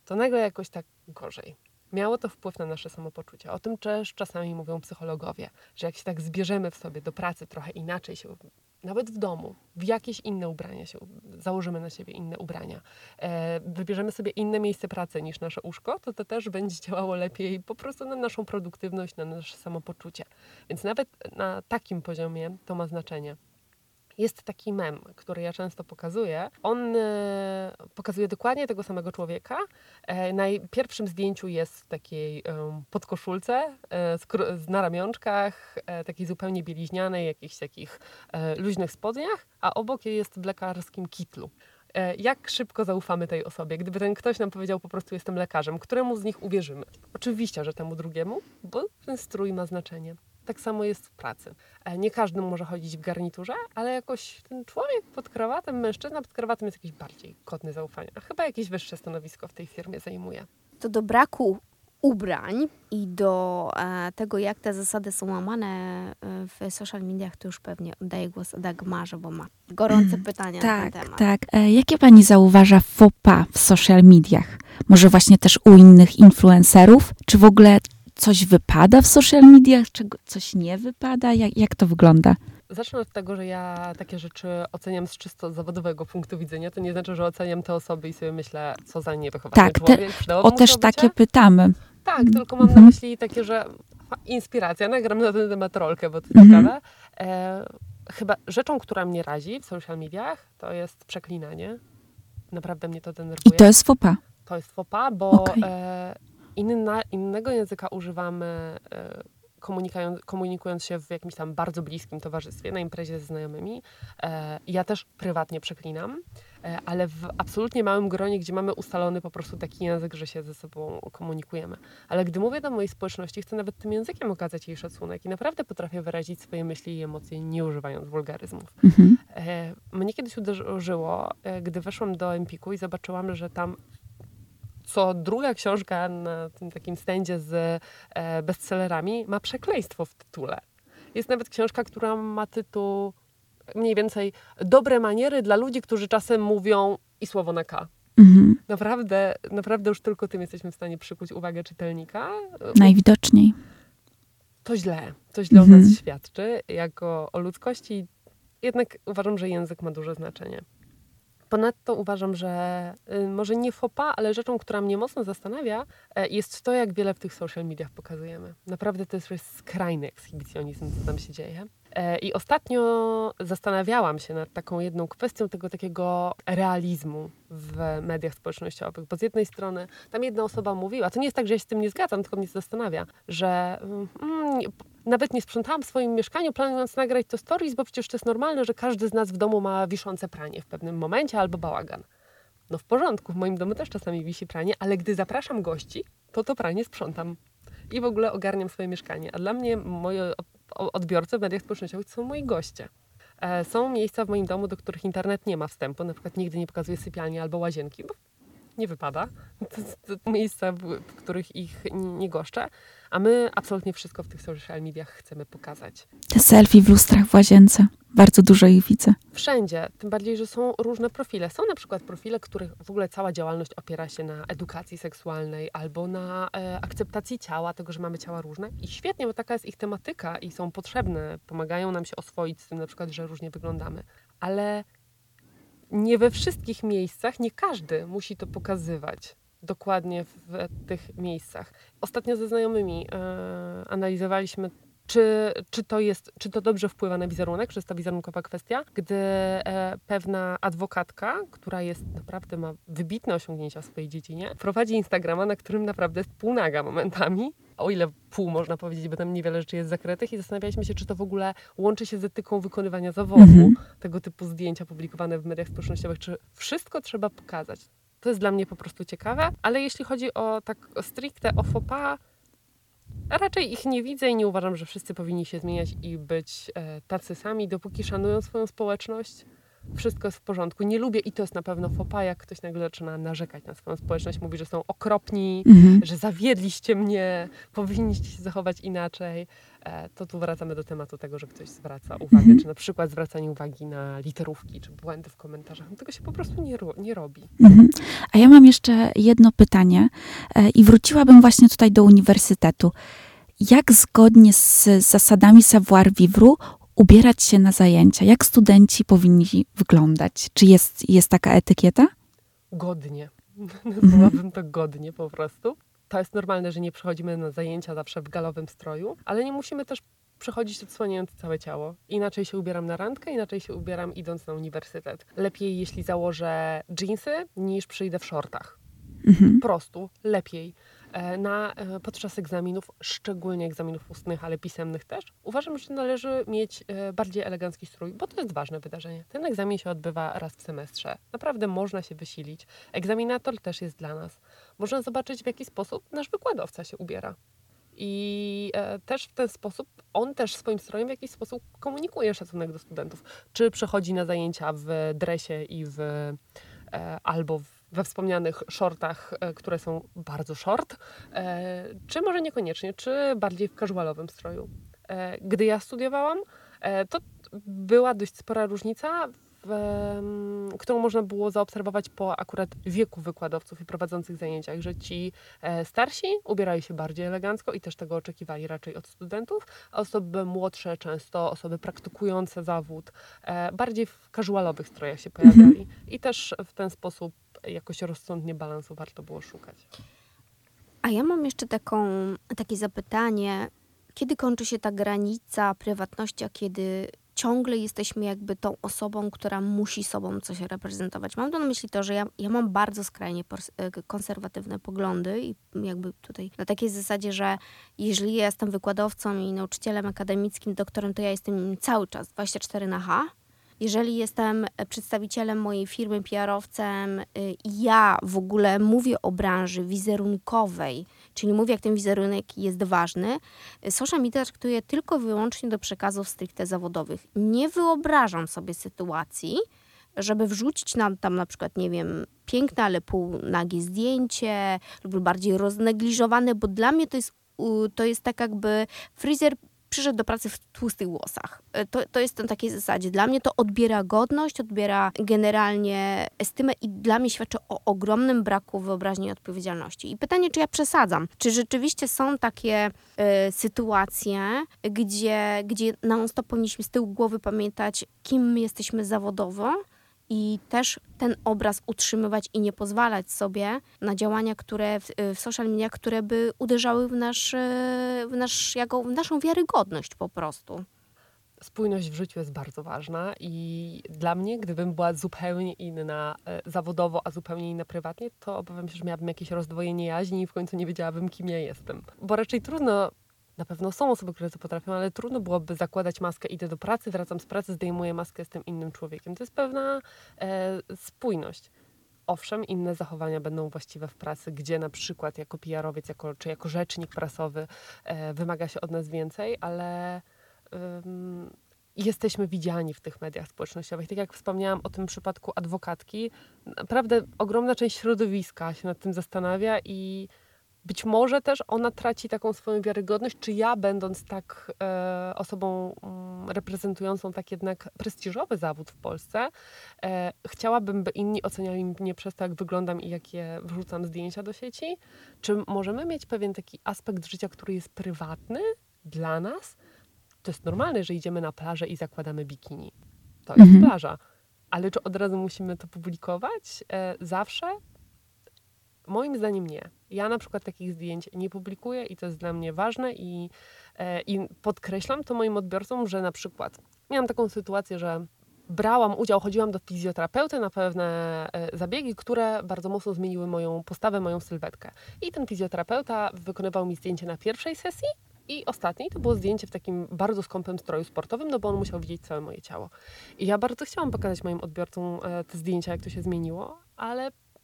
to nagle jakoś tak gorzej. Miało to wpływ na nasze samopoczucie. O tym też czasami mówią psychologowie, że jak się tak zbierzemy w sobie do pracy trochę inaczej się, nawet w domu, w jakieś inne ubrania się, założymy na siebie inne ubrania, wybierzemy sobie inne miejsce pracy niż nasze łóżko, to też będzie działało lepiej po prostu na naszą produktywność, na nasze samopoczucie. Więc nawet na takim poziomie to ma znaczenie. Jest taki mem, który ja często pokazuję. On pokazuje dokładnie tego samego człowieka. Na pierwszym zdjęciu jest w takiej podkoszulce, na ramionczkach, takiej zupełnie bieliźnianej, jakichś takich luźnych spodniach, a obok jest w lekarskim kitlu. Jak szybko zaufamy tej osobie? Gdyby ten ktoś nam powiedział po prostu jestem lekarzem, któremu z nich uwierzymy? Oczywiście, że temu drugiemu, bo ten strój ma znaczenie. Tak samo jest w pracy. Nie każdy może chodzić w garniturze, ale jakoś ten człowiek pod krawatem, mężczyzna pod krawatem jest jakiś bardziej godny zaufania. Chyba jakieś wyższe stanowisko w tej firmie zajmuje. To do braku ubrań i do tego, jak te zasady są łamane w social mediach, to już pewnie oddaję głos Dagmarze, bo ma gorące pytania na ten temat. Tak. Jakie pani zauważa faux pas w social mediach? Może właśnie też u innych influencerów? Czy w ogóle coś wypada w social mediach, czego coś nie wypada? Jak to wygląda? Zacznę od tego, że ja takie rzeczy oceniam z czysto zawodowego punktu widzenia. To nie znaczy, że oceniam te osoby i sobie myślę, co za niewychowany człowiek. O też takie pytamy. Tak, tylko mam na myśli takie, że inspiracja. Nagram na ten temat rolkę, bo to ciekawe. Chyba rzeczą, która mnie razi w social mediach, to jest przeklinanie. Naprawdę mnie to denerwuje. I to jest faux pas? To jest faux pas, bo innego języka używamy komunikując się w jakimś tam bardzo bliskim towarzystwie, na imprezie ze znajomymi. Ja też prywatnie przeklinam, ale w absolutnie małym gronie, gdzie mamy ustalony po prostu taki język, że się ze sobą komunikujemy. Ale gdy mówię do mojej społeczności, chcę nawet tym językiem okazać jej szacunek i naprawdę potrafię wyrazić swoje myśli i emocje, nie używając wulgaryzmów. Mnie kiedyś uderzyło, gdy weszłam do Empiku i zobaczyłam, że tam co druga książka na tym takim stędzie z bestsellerami ma przekleństwo w tytule. Jest nawet książka, która ma tytuł mniej więcej Dobre maniery dla ludzi, którzy czasem mówią i słowo na K. Naprawdę już tylko tym jesteśmy w stanie przykuć uwagę czytelnika. Najwidoczniej. To źle o nas świadczy, jako o ludzkości. Jednak uważam, że język ma duże znaczenie. Ponadto uważam, że może nie faux pas, ale rzeczą, która mnie mocno zastanawia, jest to, jak wiele w tych social mediach pokazujemy. Naprawdę to jest skrajny ekshibicjonizm, co tam się dzieje. I ostatnio zastanawiałam się nad taką jedną kwestią tego takiego realizmu w mediach społecznościowych, bo z jednej strony tam jedna osoba mówiła, to nie jest tak, że ja się z tym nie zgadzam, tylko mnie zastanawia, że nawet nie sprzątałam w swoim mieszkaniu, planując nagrać to stories, bo przecież to jest normalne, że każdy z nas w domu ma wiszące pranie w pewnym momencie albo bałagan. No w porządku, w moim domu też czasami wisi pranie, ale gdy zapraszam gości, to pranie sprzątam i w ogóle ogarniam swoje mieszkanie. A dla mnie moje odbiorcy w mediach społecznościowych to są moi goście. Są miejsca w moim domu, do których internet nie ma wstępu, na przykład nigdy nie pokazuję sypialni albo łazienki, bo nie wypada. To miejsca, w których ich nie goszczę, a my absolutnie wszystko w tych social mediach chcemy pokazać. Te selfie w lustrach w łazience. Bardzo dużo ich widzę. Wszędzie, tym bardziej, że są różne profile. Są na przykład profile, których w ogóle cała działalność opiera się na edukacji seksualnej albo na akceptacji ciała, tego, że mamy ciała różne. I świetnie, bo taka jest ich tematyka i są potrzebne. Pomagają nam się oswoić z tym na przykład, że różnie wyglądamy. Ale nie we wszystkich miejscach, nie każdy musi to pokazywać dokładnie w tych miejscach. Ostatnio ze znajomymi analizowaliśmy, czy to dobrze wpływa na wizerunek, czy jest to wizerunkowa kwestia, gdy pewna adwokatka, która naprawdę ma wybitne osiągnięcia w swojej dziedzinie, prowadzi Instagrama, na którym naprawdę jest półnaga momentami, o ile pół można powiedzieć, bo tam niewiele rzeczy jest zakrytych i zastanawialiśmy się, czy to w ogóle łączy się z etyką wykonywania zawodu, tego typu zdjęcia publikowane w mediach społecznościowych, czy wszystko trzeba pokazać. To jest dla mnie po prostu ciekawe, ale jeśli chodzi o tak stricte o faux pas, raczej ich nie widzę i nie uważam, że wszyscy powinni się zmieniać i być tacy sami, dopóki szanują swoją społeczność, wszystko jest w porządku. Nie lubię, i to jest na pewno faux pas, jak ktoś nagle zaczyna narzekać na swoją społeczność, mówi, że są okropni, że zawiedliście mnie, powinniście się zachować inaczej. To tu wracamy do tematu tego, że ktoś zwraca uwagę, czy na przykład zwracanie uwagi na literówki, czy błędy w komentarzach. No tego się po prostu nie robi. A ja mam jeszcze jedno pytanie i wróciłabym właśnie tutaj do uniwersytetu. Jak zgodnie z zasadami savoir-vivre ubierać się na zajęcia? Jak studenci powinni wyglądać? Czy jest taka etykieta? Godnie. Nazwałabym to godnie po prostu. To jest normalne, że nie przychodzimy na zajęcia zawsze w galowym stroju, ale nie musimy też przychodzić odsłaniając całe ciało. Inaczej się ubieram na randkę, inaczej się ubieram idąc na uniwersytet. Lepiej, jeśli założę dżinsy, niż przyjdę w shortach. Po prostu lepiej. Podczas egzaminów, szczególnie egzaminów ustnych, ale pisemnych też, uważam, że należy mieć bardziej elegancki strój, bo to jest ważne wydarzenie. Ten egzamin się odbywa raz w semestrze. Naprawdę można się wysilić. Egzaminator też jest dla nas. Można zobaczyć, w jaki sposób nasz wykładowca się ubiera. I też w ten sposób on też swoim strojem w jakiś sposób komunikuje szacunek do studentów. Czy przychodzi na zajęcia w dresie i albo we wspomnianych shortach, które są bardzo short, czy może niekoniecznie, czy bardziej w casualowym stroju. Gdy ja studiowałam, to była dość spora różnica, którą można było zaobserwować po akurat wieku wykładowców i prowadzących zajęciach, że ci starsi ubierali się bardziej elegancko i też tego oczekiwali raczej od studentów, a osoby młodsze, często osoby praktykujące zawód, bardziej w casualowych strojach się pojawiali. I też w ten sposób jakoś rozsądnie balansu warto było szukać. A ja mam jeszcze takie zapytanie, kiedy kończy się ta granica prywatności, a kiedy ciągle jesteśmy jakby tą osobą, która musi sobą coś reprezentować. Mam tu na myśli to, że ja mam bardzo skrajnie konserwatywne poglądy i jakby tutaj na takiej zasadzie, że jeżeli ja jestem wykładowcą i nauczycielem akademickim, doktorem, to ja jestem cały czas 24/H. Jeżeli jestem przedstawicielem mojej firmy, PR-owcem i ja w ogóle mówię o branży wizerunkowej, czyli mówię, jak ten wizerunek jest ważny, social media traktuję tylko i wyłącznie do przekazów stricte zawodowych. Nie wyobrażam sobie sytuacji, żeby wrzucić nam tam na przykład, nie wiem, piękne, ale półnagie zdjęcie lub bardziej roznegliżowane, bo dla mnie to jest tak jakby fryzjer przyszedł do pracy w tłustych włosach. To jest na takiej zasadzie. Dla mnie to odbiera godność, odbiera generalnie estymę i dla mnie świadczy o ogromnym braku wyobraźni i odpowiedzialności. I pytanie, czy ja przesadzam? Czy rzeczywiście są takie sytuacje, gdzie non-stop powinniśmy z tyłu głowy pamiętać, kim my jesteśmy zawodowo, i też ten obraz utrzymywać i nie pozwalać sobie na działania, które w social mediach, które by uderzały w naszą wiarygodność po prostu. Spójność w życiu jest bardzo ważna i dla mnie, gdybym była zupełnie inna zawodowo, a zupełnie inna prywatnie, to obawiam się, że miałabym jakieś rozdwojenie jaźni i w końcu nie wiedziałabym, kim ja jestem. Bo raczej trudno, na pewno są osoby, które to potrafią, ale trudno byłoby zakładać maskę, idę do pracy, wracam z pracy, zdejmuję maskę, jestem innym człowiekiem. To jest pewna spójność. Owszem, inne zachowania będą właściwe w pracy, gdzie na przykład jako PR-owiec czy jako rzecznik prasowy wymaga się od nas więcej, ale jesteśmy widziani w tych mediach społecznościowych. Tak jak wspomniałam o tym przypadku adwokatki, naprawdę ogromna część środowiska się nad tym zastanawia i być może też ona traci taką swoją wiarygodność, czy ja, będąc tak osobą reprezentującą tak jednak prestiżowy zawód w Polsce, chciałabym, by inni oceniali mnie przez to, jak wyglądam i jakie wrzucam zdjęcia do sieci? Czy możemy mieć pewien taki aspekt życia, który jest prywatny dla nas? To jest normalne, że idziemy na plażę i zakładamy bikini. To jest plaża. Ale czy od razu musimy to publikować? Zawsze? Moim zdaniem nie. Ja na przykład takich zdjęć nie publikuję i to jest dla mnie ważne i podkreślam to moim odbiorcom, że na przykład miałam taką sytuację, że brałam udział, chodziłam do fizjoterapeuty na pewne zabiegi, które bardzo mocno zmieniły moją postawę, moją sylwetkę. I ten fizjoterapeuta wykonywał mi zdjęcie na pierwszej sesji i ostatniej. To było zdjęcie w takim bardzo skąpym stroju sportowym, no bo on musiał widzieć całe moje ciało. I ja bardzo chciałam pokazać moim odbiorcom te zdjęcia, jak to się zmieniło, ale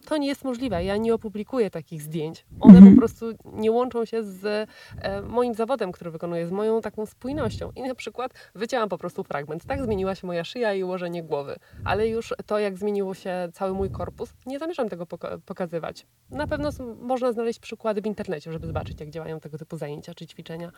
to nie jest możliwe. Ja nie opublikuję takich zdjęć. One po prostu nie łączą się z moim zawodem, który wykonuję, z moją taką spójnością. I na przykład wycięłam po prostu fragment. Tak zmieniła się moja szyja i ułożenie głowy. Ale już to, jak zmieniło się cały mój korpus, nie zamierzam tego pokazywać. Na pewno można znaleźć przykłady w internecie, żeby zobaczyć, jak działają tego typu zajęcia czy ćwiczenia.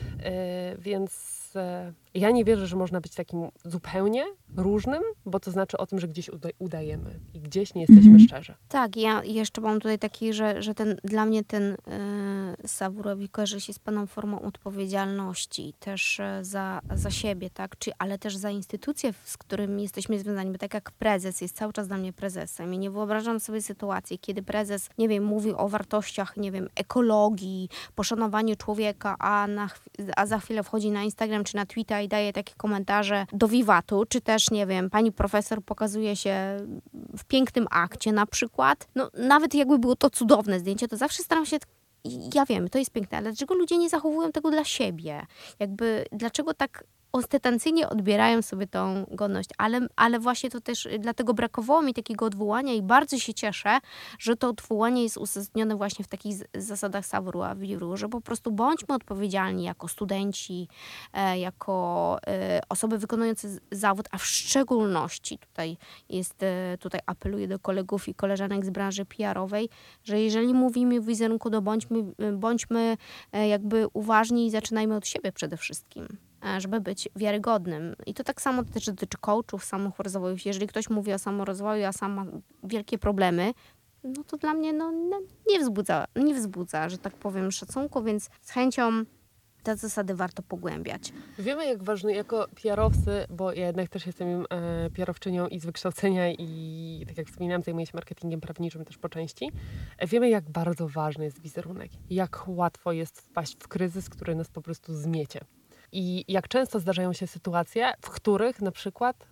Więc ja nie wierzę, że można być takim zupełnie różnym, bo to znaczy o tym, że gdzieś udajemy i gdzieś nie jesteśmy szczerzy. Tak, ja jeszcze mam tutaj taki, że dla mnie ten Sawurowicz kojarzy się z pewną formą odpowiedzialności też za siebie, tak? Ale też za instytucje, z którymi jesteśmy związani, bo tak jak prezes jest cały czas dla mnie prezesem i nie wyobrażam sobie sytuacji, kiedy prezes, nie wiem, mówi o wartościach, nie wiem, ekologii, poszanowaniu człowieka, a za chwilę wchodzi na Instagram czy na Twitter i daje takie komentarze do wiwatu, czy też, nie wiem, pani profesor pokazuje się w pięknym akcie na przykład. No, nawet jakby było to cudowne zdjęcie, to zawsze staram się, ja wiem, to jest piękne, ale dlaczego ludzie nie zachowują tego dla siebie? Dlaczego tak ostentatywnie odbierają sobie tą godność, ale właśnie to też dlatego brakowało mi takiego odwołania i bardzo się cieszę, że to odwołanie jest uzasadnione właśnie w takich zasadach savoir-vivre, że po prostu bądźmy odpowiedzialni jako studenci, jako osoby wykonujące zawód, a w szczególności tutaj apeluję do kolegów i koleżanek z branży PR-owej, że jeżeli mówimy o wizerunku, to bądźmy jakby uważni i zaczynajmy od siebie przede wszystkim, żeby być wiarygodnym. I to tak samo też dotyczy coachów, samorozwoju. Jeżeli ktoś mówi o samorozwoju, a sam ma wielkie problemy, no to dla mnie nie wzbudza, że tak powiem, szacunku, więc z chęcią te zasady warto pogłębiać. Wiemy, jak ważny jako PR-owcy, bo ja jednak też jestem PR-owczynią i z wykształcenia i tak jak wspominałam, zajmuję się marketingiem prawniczym też po części. Wiemy, jak bardzo ważny jest wizerunek. Jak łatwo jest wpaść w kryzys, który nas po prostu zmiecie. I jak często zdarzają się sytuacje, w których na przykład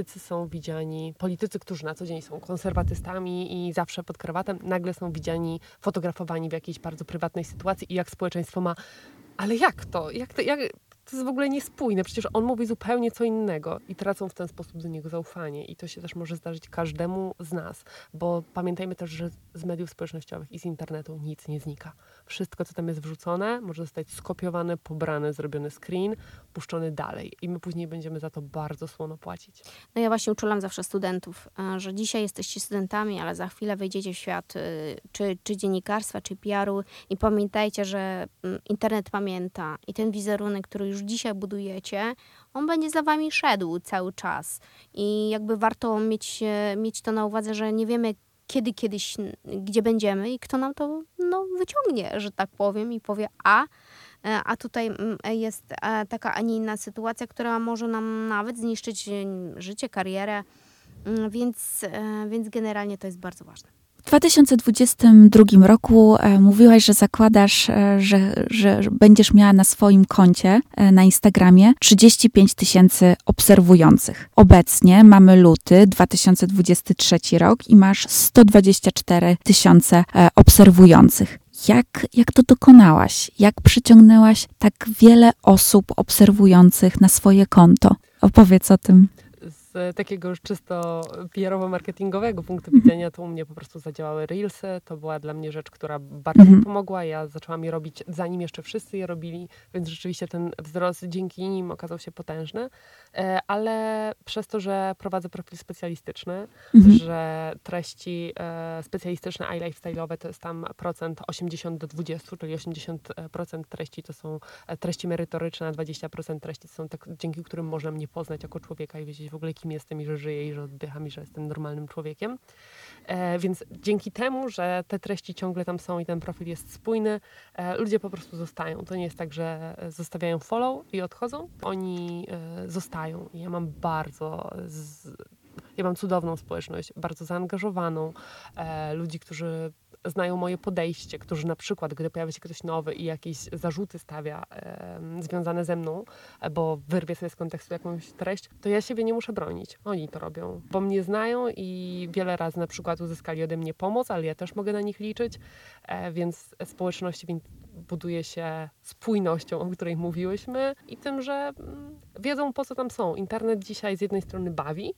politycy, którzy na co dzień są konserwatystami i zawsze pod krawatem, nagle są widziani, fotografowani w jakiejś bardzo prywatnej sytuacji i jak społeczeństwo ma, ale jak to? To jest w ogóle niespójne. Przecież on mówi zupełnie co innego i tracą w ten sposób do niego zaufanie. I to się też może zdarzyć każdemu z nas. Bo pamiętajmy też, że z mediów społecznościowych i z internetu nic nie znika. Wszystko, co tam jest wrzucone, może zostać skopiowane, pobrane, zrobiony screen, puszczony dalej. I my później będziemy za to bardzo słono płacić. No ja właśnie uczulam zawsze studentów, że dzisiaj jesteście studentami, ale za chwilę wejdziecie w świat czy dziennikarstwa, czy PR-u i pamiętajcie, że internet pamięta i ten wizerunek, który już dzisiaj budujecie, on będzie za wami szedł cały czas. I jakby warto mieć to na uwadze, że nie wiemy kiedyś, gdzie będziemy i kto nam to wyciągnie, że tak powiem, i powie a tutaj jest taka, a nie inna sytuacja, która może nam nawet zniszczyć życie, karierę, więc generalnie to jest bardzo ważne. W 2022 roku mówiłaś, że zakładasz, że będziesz miała na swoim koncie na Instagramie 35 000 obserwujących. Obecnie mamy luty 2023 rok i masz 124 000 obserwujących. Jak to dokonałaś? Jak przyciągnęłaś tak wiele osób obserwujących na swoje konto? Opowiedz o tym. Z takiego już czysto PR-owo-marketingowego punktu widzenia, to u mnie po prostu zadziałały Reelsy. To była dla mnie rzecz, która bardzo mi pomogła. Ja zaczęłam je robić, zanim jeszcze wszyscy je robili, więc rzeczywiście ten wzrost dzięki nim okazał się potężny. Ale przez to, że prowadzę profil specjalistyczny, że treści specjalistyczne i lifestyle'owe to jest tam procent 80-20, czyli 80% treści to są treści merytoryczne, a 20% treści to są dzięki którym można mnie poznać jako człowieka i wiedzieć w ogóle, kim jestem i że żyję i że oddycham i że jestem normalnym człowiekiem. Więc dzięki temu, że te treści ciągle tam są i ten profil jest spójny, ludzie po prostu zostają. To nie jest tak, że zostawiają follow i odchodzą. Oni zostają. I ja mam cudowną społeczność, bardzo zaangażowaną. Ludzi, którzy znają moje podejście, którzy na przykład, gdy pojawia się ktoś nowy i jakieś zarzuty stawia związane ze mną, bo wyrwie sobie z kontekstu jakąś treść, to ja siebie nie muszę bronić. Oni to robią, bo mnie znają i wiele razy na przykład uzyskali ode mnie pomoc, ale ja też mogę na nich liczyć, więc społeczności buduje się spójnością, o której mówiłyśmy i tym, że wiedzą, po co tam są. Internet dzisiaj z jednej strony bawi,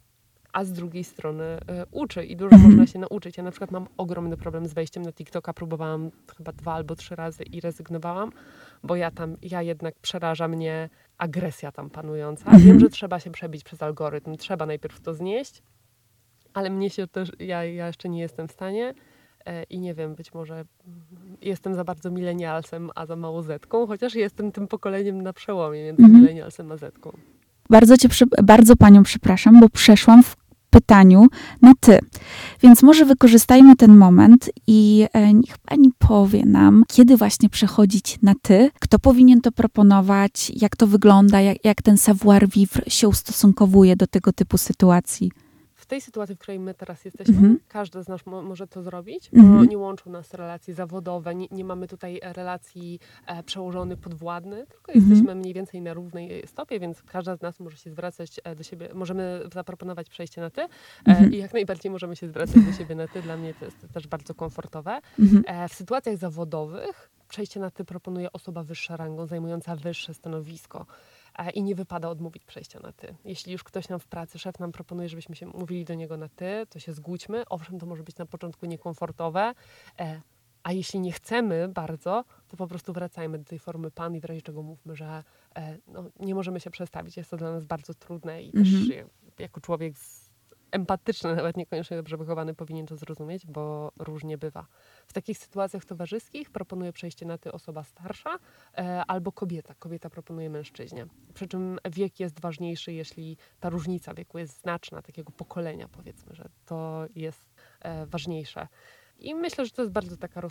a z drugiej strony uczy i dużo można się nauczyć. Ja na przykład mam ogromny problem z wejściem na TikToka. Próbowałam chyba 2 albo 3 razy i rezygnowałam, bo ja jednak przeraża mnie agresja tam panująca. Wiem, że trzeba się przebić przez algorytm, trzeba najpierw to znieść, ale mnie się też, ja jeszcze nie jestem w stanie i nie wiem, być może jestem za bardzo milenialsem, a za mało zetką, chociaż jestem tym pokoleniem na przełomie między milenialsem a zetką. Bardzo panią przepraszam, bo przeszłam w pytaniu na ty. Więc może wykorzystajmy ten moment i niech pani powie nam, kiedy właśnie przechodzić na ty, kto powinien to proponować, jak to wygląda, jak ten savoir-vivre się ustosunkowuje do tego typu sytuacji. W tej sytuacji, w której my teraz jesteśmy, każdy z nas może to zrobić, bo nie łączą nas relacje zawodowe, nie mamy tutaj relacji przełożony, podwładny, tylko jesteśmy mniej więcej na równej stopie, więc każda z nas może się zwracać do siebie, możemy zaproponować przejście na ty i jak najbardziej możemy się zwracać do siebie na ty. Dla mnie to jest też bardzo komfortowe. W sytuacjach zawodowych przejście na ty proponuje osoba wyższa rangą, zajmująca wyższe stanowisko. I nie wypada odmówić przejścia na ty. Jeśli już ktoś nam w pracy, szef nam proponuje, żebyśmy się mówili do niego na ty, to się zgódźmy. Owszem, to może być na początku niekomfortowe, a jeśli nie chcemy bardzo, to po prostu wracajmy do tej formy pan i w razie czego mówmy, że nie możemy się przestawić. Jest to dla nas bardzo trudne i też jako człowiek empatyczny, nawet niekoniecznie dobrze wychowany, powinien to zrozumieć, bo różnie bywa. W takich sytuacjach towarzyskich proponuje przejście na ty osoba starsza albo kobieta. Kobieta proponuje mężczyźnie. Przy czym wiek jest ważniejszy, jeśli ta różnica wieku jest znaczna, takiego pokolenia powiedzmy, że to jest ważniejsze. I myślę, że to jest bardzo taka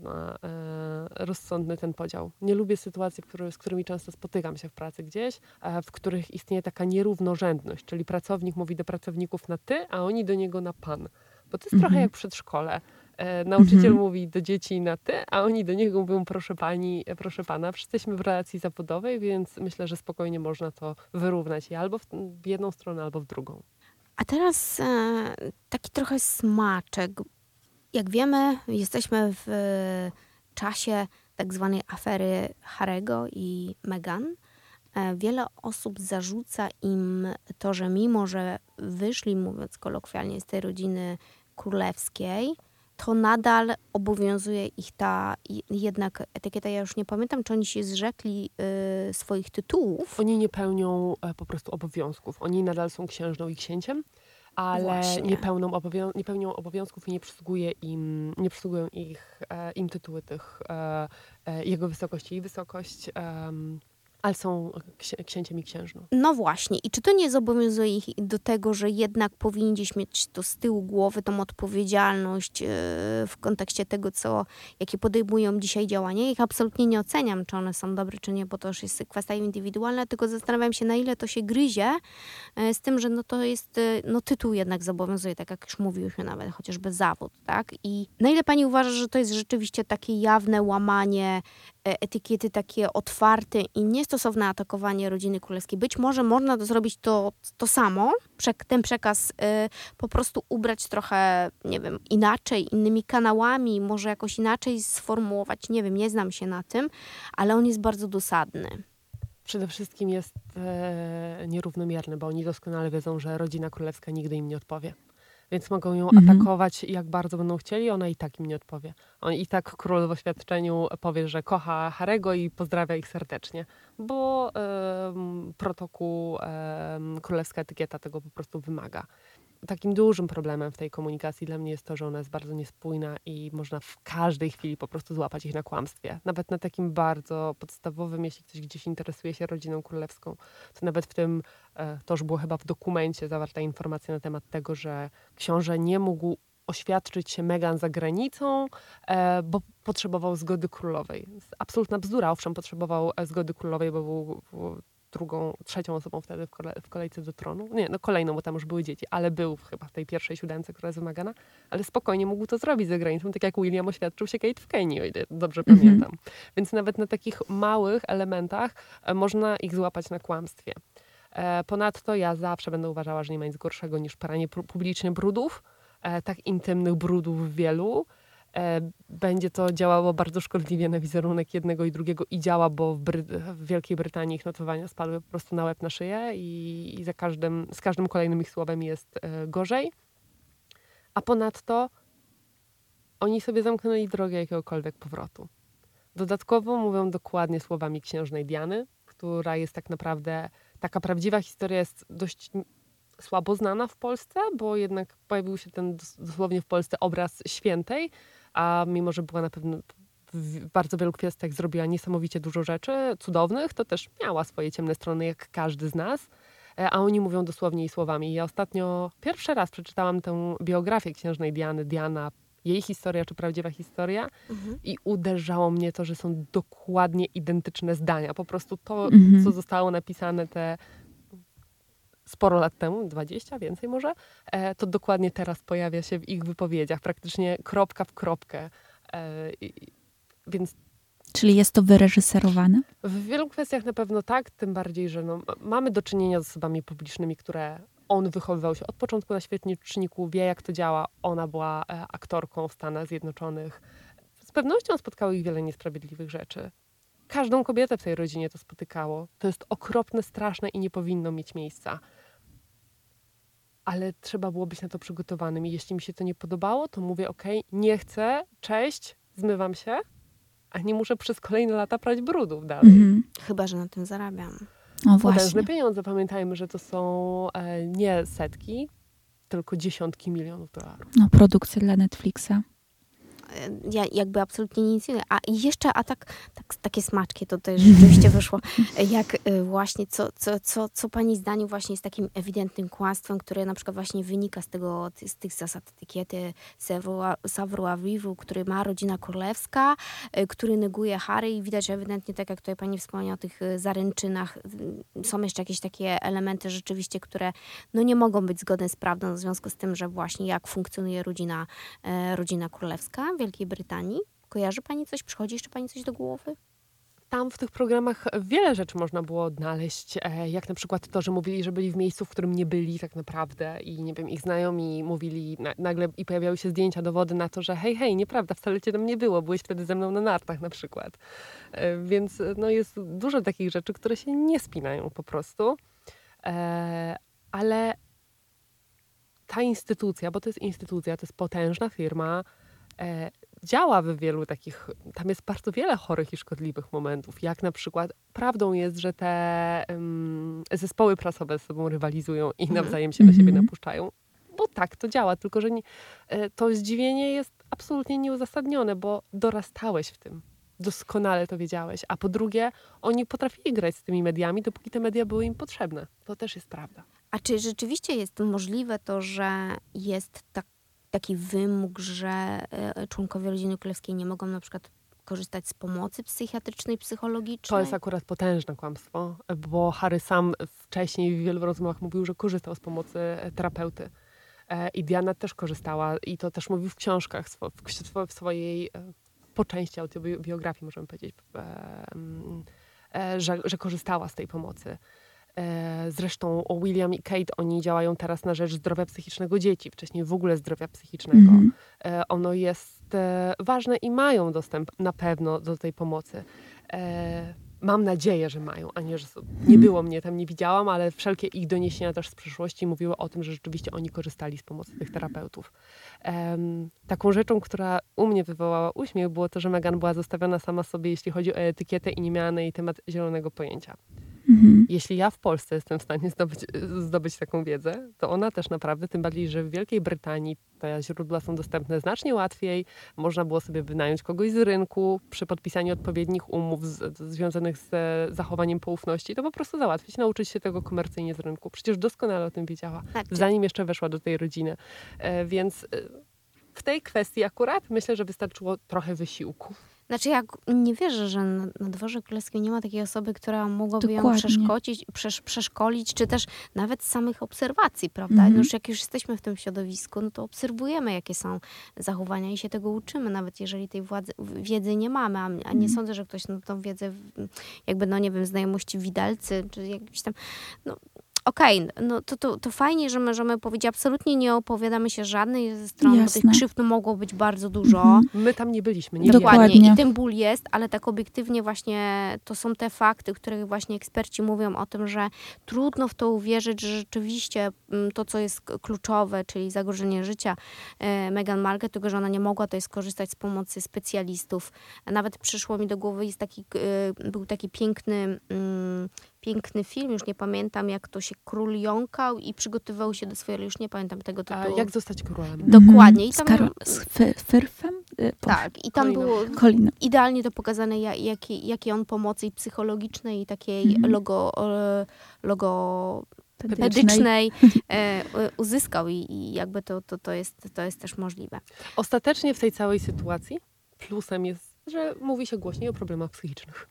rozsądny ten podział. Nie lubię sytuacji, z którymi często spotykam się w pracy gdzieś, w których istnieje taka nierównorzędność, czyli pracownik mówi do pracowników na ty, a oni do niego na pan. Bo to jest trochę jak w przedszkole. Nauczyciel mówi do dzieci na ty, a oni do niego mówią proszę pani, proszę pana. Wszyscy jesteśmy w relacji zawodowej, więc myślę, że spokojnie można to wyrównać albo w jedną stronę, albo w drugą. A teraz taki trochę smaczek. Jak wiemy, jesteśmy w czasie tak zwanej afery Harry'ego i Meghan. Wiele osób zarzuca im to, że mimo, że wyszli, mówiąc kolokwialnie, z tej rodziny królewskiej, to nadal obowiązuje ich ta jednak etykieta. Ja już nie pamiętam, czy oni się zrzekli swoich tytułów. Oni nie pełnią po prostu obowiązków. Oni nadal są księżną i księciem, ale nie pełnią obowiązków i nie przysługują im tytuły tych jego wysokości i wysokość, ale są księciem i księżną. No właśnie. I czy to nie zobowiązuje ich do tego, że jednak powinni gdzieś mieć to z tyłu głowy, tą odpowiedzialność w kontekście tego, jakie podejmują dzisiaj działania? Ich absolutnie nie oceniam, czy one są dobre, czy nie, bo to już jest kwestia indywidualna, tylko zastanawiam się, na ile to się gryzie z tym, że to jest, tytuł jednak zobowiązuje, tak jak już mówiłyśmy nawet, chociażby zawód, tak? I na ile pani uważa, że to jest rzeczywiście takie jawne łamanie etykiety, takie otwarte i niestosowne atakowanie rodziny królewskiej? Być może można zrobić to samo, ten przekaz po prostu ubrać trochę, nie wiem, inaczej, innymi kanałami, może jakoś inaczej sformułować, nie wiem, nie znam się na tym, ale on jest bardzo dosadny. Przede wszystkim jest nierównomierny, bo oni doskonale wiedzą, że rodzina królewska nigdy im nie odpowie. Więc mogą ją atakować jak bardzo będą chcieli, ona i tak im nie odpowie. On i tak król w oświadczeniu powie, że kocha Harry'ego i pozdrawia ich serdecznie, bo protokół, królewska etykieta tego po prostu wymaga. Takim dużym problemem w tej komunikacji dla mnie jest to, że ona jest bardzo niespójna i można w każdej chwili po prostu złapać ich na kłamstwie. Nawet na takim bardzo podstawowym, jeśli ktoś gdzieś interesuje się rodziną królewską, to nawet w tym, to już było chyba w dokumencie zawarta informacja na temat tego, że książę nie mógł oświadczyć się Meghan za granicą, bo potrzebował zgody królowej. Absolutna bzdura, owszem, potrzebował zgody królowej, bo był trzecią osobą wtedy w kolejce do tronu. Kolejną, bo tam już były dzieci, ale był chyba w tej pierwszej 7, która jest wymagana, ale spokojnie mógł to zrobić za granicą, tak jak William oświadczył się Kate w Kenii, o ile dobrze pamiętam. Więc nawet na takich małych elementach można ich złapać na kłamstwie. Ponadto ja zawsze będę uważała, że nie ma nic gorszego niż pranie publicznie brudów, tak intymnych brudów wielu. będzie to działało bardzo szkodliwie na wizerunek jednego i drugiego i działa, bo w Wielkiej Brytanii ich notowania spadły po prostu na łeb, na szyję i z każdym kolejnym ich słowem jest gorzej. A ponadto oni sobie zamknęli drogę jakiegokolwiek powrotu. Dodatkowo mówią dokładnie słowami księżnej Diany, która jest tak naprawdę, taka prawdziwa historia jest dość słabo znana w Polsce, bo jednak pojawił się ten dosłownie w Polsce obraz świętej, a mimo, że była na pewno w bardzo wielu kwestiach zrobiła niesamowicie dużo rzeczy cudownych, to też miała swoje ciemne strony, jak każdy z nas, a oni mówią dosłownie jej słowami. Ja ostatnio pierwszy raz przeczytałam tę biografię księżnej Diany, Diana, jej historia czy prawdziwa historia i uderzało mnie to, że są dokładnie identyczne zdania. Po prostu to, co zostało napisane te sporo lat temu, 20, więcej może, to dokładnie teraz pojawia się w ich wypowiedziach, praktycznie kropka w kropkę. Więc Czyli jest to wyreżyserowane? w wielu kwestiach na pewno tak, tym bardziej, że mamy do czynienia z osobami publicznymi, które on wychowywał się od początku na świeczniku, wie jak to działa. Ona była aktorką w Stanach Zjednoczonych. Z pewnością spotkało ich wiele niesprawiedliwych rzeczy. Każdą kobietę w tej rodzinie to spotykało. To jest okropne, straszne i nie powinno mieć miejsca. Ale trzeba było być na to przygotowanym. I jeśli mi się to nie podobało, to mówię okej, nie chcę, cześć, zmywam się, a nie muszę przez kolejne lata prać brudów dalej. Chyba że na tym zarabiam. O Potężne właśnie. pieniądze. Pamiętajmy, że to są nie setki, tylko dziesiątki milionów dolarów. No, produkcja dla Netflixa. Ja jakby absolutnie nic nie. Takie smaczki to tutaj rzeczywiście wyszło. Jak właśnie, co pani zdaniem właśnie jest takim ewidentnym kłamstwem, które na przykład właśnie wynika z tych zasad etykiety savoir-vivre, który ma rodzina królewska, który neguje Harry i widać ewidentnie, tak jak tutaj pani wspomniała o tych zaręczynach, są jeszcze jakieś takie elementy rzeczywiście, które no nie mogą być zgodne z prawdą w związku z tym, że właśnie jak funkcjonuje rodzina królewska Wielkiej Brytanii. Kojarzy pani coś? Przychodzi jeszcze pani coś do głowy? Tam w tych programach wiele rzeczy można było odnaleźć, jak na przykład to, że mówili, że byli w miejscu, w którym nie byli tak naprawdę i nie wiem, ich znajomi mówili nagle i pojawiały się zdjęcia, dowody na to, że hej, nieprawda, wcale cię tam nie było, byłeś wtedy ze mną na nartach na przykład. Więc no, jest dużo takich rzeczy, które się nie spinają po prostu, ale ta instytucja, bo to jest instytucja, to jest potężna firma, działa w wielu takich, tam jest bardzo wiele chorych i szkodliwych momentów, jak na przykład prawdą jest, że te zespoły prasowe ze sobą rywalizują i nawzajem się na siebie napuszczają, bo tak to działa, tylko że to zdziwienie jest absolutnie nieuzasadnione, bo dorastałeś w tym, doskonale to wiedziałeś, a po drugie oni potrafili grać z tymi mediami, dopóki te media były im potrzebne. To też jest prawda. A czy rzeczywiście jest możliwe to, że jest taki wymóg, że członkowie rodziny królewskiej nie mogą na przykład korzystać z pomocy psychiatrycznej, psychologicznej? To jest akurat potężne kłamstwo, bo Harry sam wcześniej w wielu rozmowach mówił, że korzystał z pomocy terapeuty. I Diana też korzystała i to też mówił w książkach, w swojej po części autobiografii, możemy powiedzieć, że korzystała z tej pomocy. Zresztą William i Kate, oni działają teraz na rzecz zdrowia psychicznego dzieci, wcześniej w ogóle zdrowia psychicznego. Ono jest ważne i mają dostęp na pewno do tej pomocy. Mam nadzieję, że mają, a nie, że nie było mnie tam, nie widziałam, ale wszelkie ich doniesienia też z przeszłości mówiły o tym, że rzeczywiście oni korzystali z pomocy tych terapeutów. Taką rzeczą, która u mnie wywołała uśmiech, było to, że Meghan była zostawiona sama sobie, jeśli chodzi o etykietę i nie miała na jej temat zielonego pojęcia. Jeśli ja w Polsce jestem w stanie zdobyć taką wiedzę, to ona też naprawdę, tym bardziej, że w Wielkiej Brytanii te źródła są dostępne znacznie łatwiej. Można było sobie wynająć kogoś z rynku przy podpisaniu odpowiednich umów związanych z zachowaniem poufności. To po prostu załatwić, nauczyć się tego komercyjnie z rynku. Przecież doskonale o tym wiedziała, zanim jeszcze weszła do tej rodziny. Więc w tej kwestii akurat myślę, że wystarczyło trochę wysiłku. Znaczy ja nie wierzę, że na dworze królewskim nie ma takiej osoby, która mogłaby ją przeszkolić, czy też nawet z samych obserwacji, prawda? Już jak już jesteśmy w tym środowisku, no to obserwujemy, jakie są zachowania i się tego uczymy, nawet jeżeli tej wiedzy nie mamy, a nie sądzę, że ktoś tą wiedzę jakby, no nie wiem, znajomości widelcy, czy jakimś tam, no Okej, no to fajnie, że możemy powiedzieć, absolutnie nie opowiadamy się żadnej ze stron, bo Jasne. tych krzywd mogło być bardzo dużo. Mhm. My tam nie byliśmy, nie Dokładnie. Dokładnie. I ten ból jest, ale tak obiektywnie właśnie to są te fakty, których właśnie eksperci mówią o tym, że trudno w to uwierzyć, że rzeczywiście to, co jest kluczowe, czyli zagrożenie życia Meghan Markle, tego, że ona nie mogła tutaj skorzystać z pomocy specjalistów. Nawet przyszło mi do głowy, był taki piękny film, już nie pamiętam, jak to się król jąkał i przygotowywał się do swojej, już nie pamiętam tego A tytułu. jak zostać królem? Dokładnie. I Z, tam, z Fyrfem? tak, i tam Koliną. było Kolino. idealnie to pokazane, jakie on pomocy i psychologicznej, i takiej logopedycznej uzyskał i jakby to jest też możliwe. Ostatecznie w tej całej sytuacji plusem jest, że mówi się głośniej o problemach psychicznych.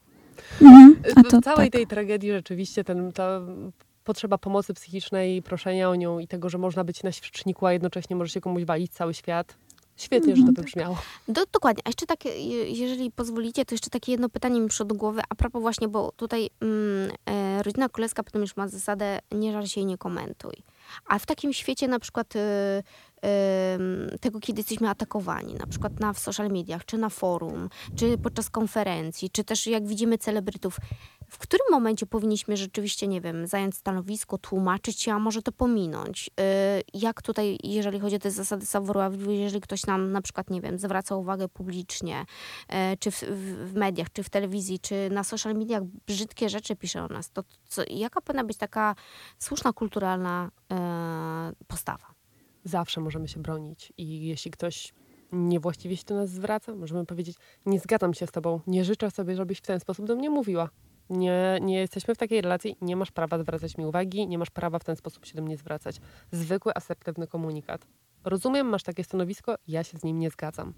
A W całej tak. tej tragedii rzeczywiście ta potrzeba pomocy psychicznej, proszenia o nią i tego, że można być na świeczniku, a jednocześnie może się komuś walić cały świat. Świetnie, że to wybrzmiało. Dokładnie. A jeszcze takie, jeżeli pozwolicie, to jeszcze takie jedno pytanie mi przyszło do głowy, a propos właśnie, bo tutaj rodzina królewska potem już ma zasadę nie żal się i nie komentuj. A w takim świecie na przykład tego, kiedy jesteśmy atakowani, na przykład w social mediach, czy na forum, czy podczas konferencji, czy też jak widzimy celebrytów, w którym momencie powinniśmy rzeczywiście, nie wiem, zająć stanowisko, tłumaczyć się, a może to pominąć? Jak tutaj, jeżeli chodzi o te zasady savoir-vivre, jeżeli ktoś nam na przykład, nie wiem, zwraca uwagę publicznie, czy w mediach, czy w telewizji, czy na social mediach brzydkie rzeczy pisze o nas, to jaka powinna być taka słuszna, kulturalna postawa? Zawsze możemy się bronić i jeśli ktoś niewłaściwie się do nas zwraca, możemy powiedzieć, nie zgadzam się z tobą, nie życzę sobie, żebyś w ten sposób do mnie mówiła. Nie jesteśmy w takiej relacji, nie masz prawa zwracać mi uwagi, nie masz prawa w ten sposób się do mnie zwracać. Zwykły, asertywny komunikat. Rozumiem, masz takie stanowisko, ja się z nim nie zgadzam.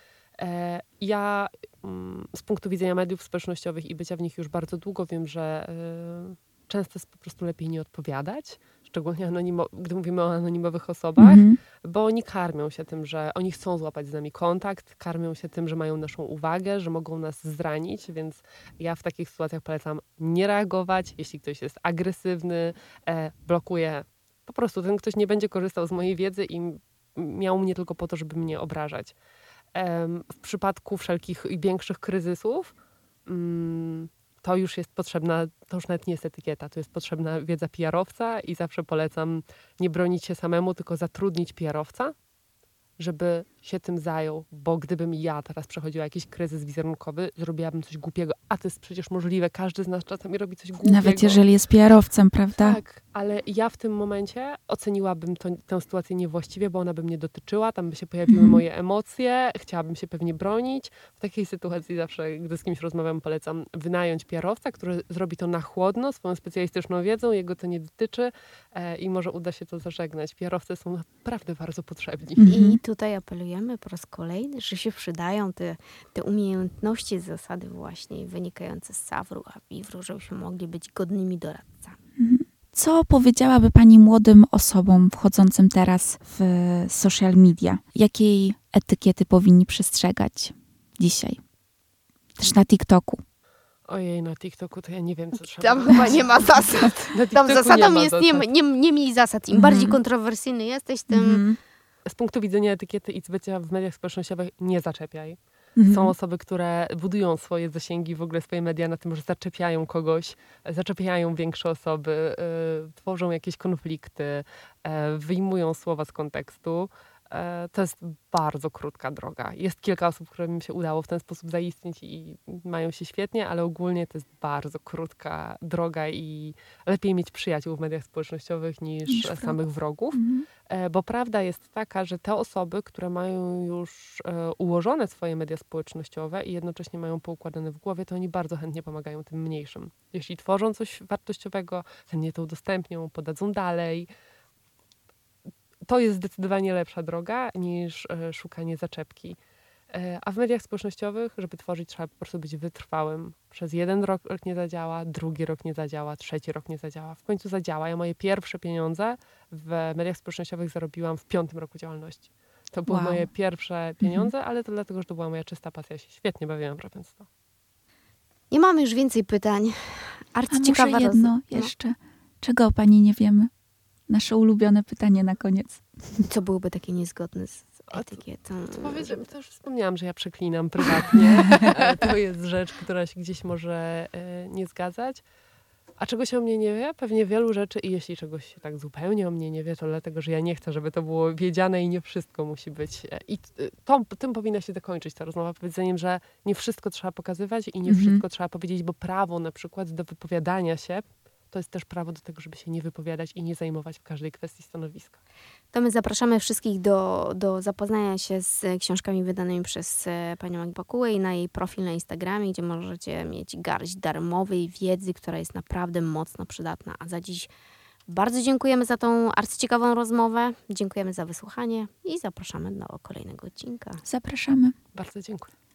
Ja z punktu widzenia mediów społecznościowych i bycia w nich już bardzo długo wiem, że często jest po prostu lepiej nie odpowiadać, szczególnie gdy mówimy o anonimowych osobach, bo oni karmią się tym, że oni chcą złapać z nami kontakt, karmią się tym, że mają naszą uwagę, że mogą nas zranić, więc ja w takich sytuacjach polecam nie reagować. Jeśli ktoś jest agresywny, blokuję. Po prostu ten ktoś nie będzie korzystał z mojej wiedzy i miał mnie tylko po to, żeby mnie obrażać. W przypadku wszelkich większych kryzysów to już jest potrzebna, to już nawet nie jest etykieta, to jest potrzebna wiedza PR-owca i zawsze polecam nie bronić się samemu, tylko zatrudnić PR-owca, żeby się tym zajął, bo gdybym ja teraz przechodziła jakiś kryzys wizerunkowy, zrobiłabym coś głupiego, a to jest przecież możliwe, każdy z nas czasami robi coś głupiego. Nawet jeżeli jest PR-owcem, prawda? Tak, ale ja w tym momencie oceniłabym tę sytuację niewłaściwie, bo ona by mnie dotyczyła, tam by się pojawiły moje emocje, chciałabym się pewnie bronić. W takiej sytuacji zawsze, gdy z kimś rozmawiam, polecam wynająć PR-owca, który zrobi to na chłodno, swoją specjalistyczną wiedzą, jego to nie dotyczy i może uda się to zażegnać. PR-owcy są naprawdę bardzo potrzebni. I tutaj apelujemy po raz kolejny, że się przydają te umiejętności, zasady właśnie wynikające z savoir-vivre, żebyśmy mogli być godnymi doradcami. Co powiedziałaby pani młodym osobom wchodzącym teraz w social media? Jakiej etykiety powinni przestrzegać dzisiaj? Też na TikToku. Ojej, na TikToku to ja nie wiem, co trzeba. Tam chyba nie ma zasad. Na Tam TikToku zasadą nie ma jest zasad. nie miej zasad. Im bardziej kontrowersyjny jesteś, tym... Z punktu widzenia etykiety i bycia w mediach społecznościowych nie zaczepiaj. Są osoby, które budują swoje zasięgi, w ogóle swoje media na tym, że zaczepiają kogoś, zaczepiają większe osoby, tworzą jakieś konflikty, wyjmują słowa z kontekstu. To jest bardzo krótka droga. Jest kilka osób, którym się udało w ten sposób zaistnieć i mają się świetnie, ale ogólnie to jest bardzo krótka droga i lepiej mieć przyjaciół w mediach społecznościowych niż samych wrogów. Bo prawda jest taka, że te osoby, które mają już ułożone swoje media społecznościowe i jednocześnie mają poukładane w głowie, to oni bardzo chętnie pomagają tym mniejszym. Jeśli tworzą coś wartościowego, chętnie to udostępnią, podadzą dalej. To jest zdecydowanie lepsza droga niż szukanie zaczepki. A w mediach społecznościowych, żeby tworzyć, trzeba po prostu być wytrwałym. Przez jeden rok nie zadziała, drugi rok nie zadziała, trzeci rok nie zadziała. W końcu zadziała. Ja moje pierwsze pieniądze w mediach społecznościowych zarobiłam w 5. roku działalności. To były moje pierwsze pieniądze, ale to dlatego, że to była moja czysta pasja. Ja się świetnie bawiłam robiąc to. Nie mamy już więcej pytań. A może jedno jeszcze. Czego o pani nie wiemy? Nasze ulubione pytanie na koniec. Co byłoby takie niezgodne z etykietą? To już wspomniałam, że ja przeklinam prywatnie. To jest rzecz, która się gdzieś może nie zgadzać. A czego się o mnie nie wie? Pewnie wielu rzeczy i jeśli czegoś się tak zupełnie o mnie nie wie, to dlatego, że ja nie chcę, żeby to było wiedziane i nie wszystko musi być. I tym powinna się dokończyć ta rozmowa powiedzeniem, że nie wszystko trzeba pokazywać i nie wszystko trzeba powiedzieć, bo prawo na przykład do wypowiadania się to jest też prawo do tego, żeby się nie wypowiadać i nie zajmować w każdej kwestii stanowiska. To my zapraszamy wszystkich do zapoznania się z książkami wydanymi przez panią Magdę Pakułę i na jej profil na Instagramie, gdzie możecie mieć garść darmowej wiedzy, która jest naprawdę mocno przydatna. A za dziś bardzo dziękujemy za tą arcyciekawą rozmowę. Dziękujemy za wysłuchanie i zapraszamy do kolejnego odcinka. Zapraszamy. Bardzo dziękuję.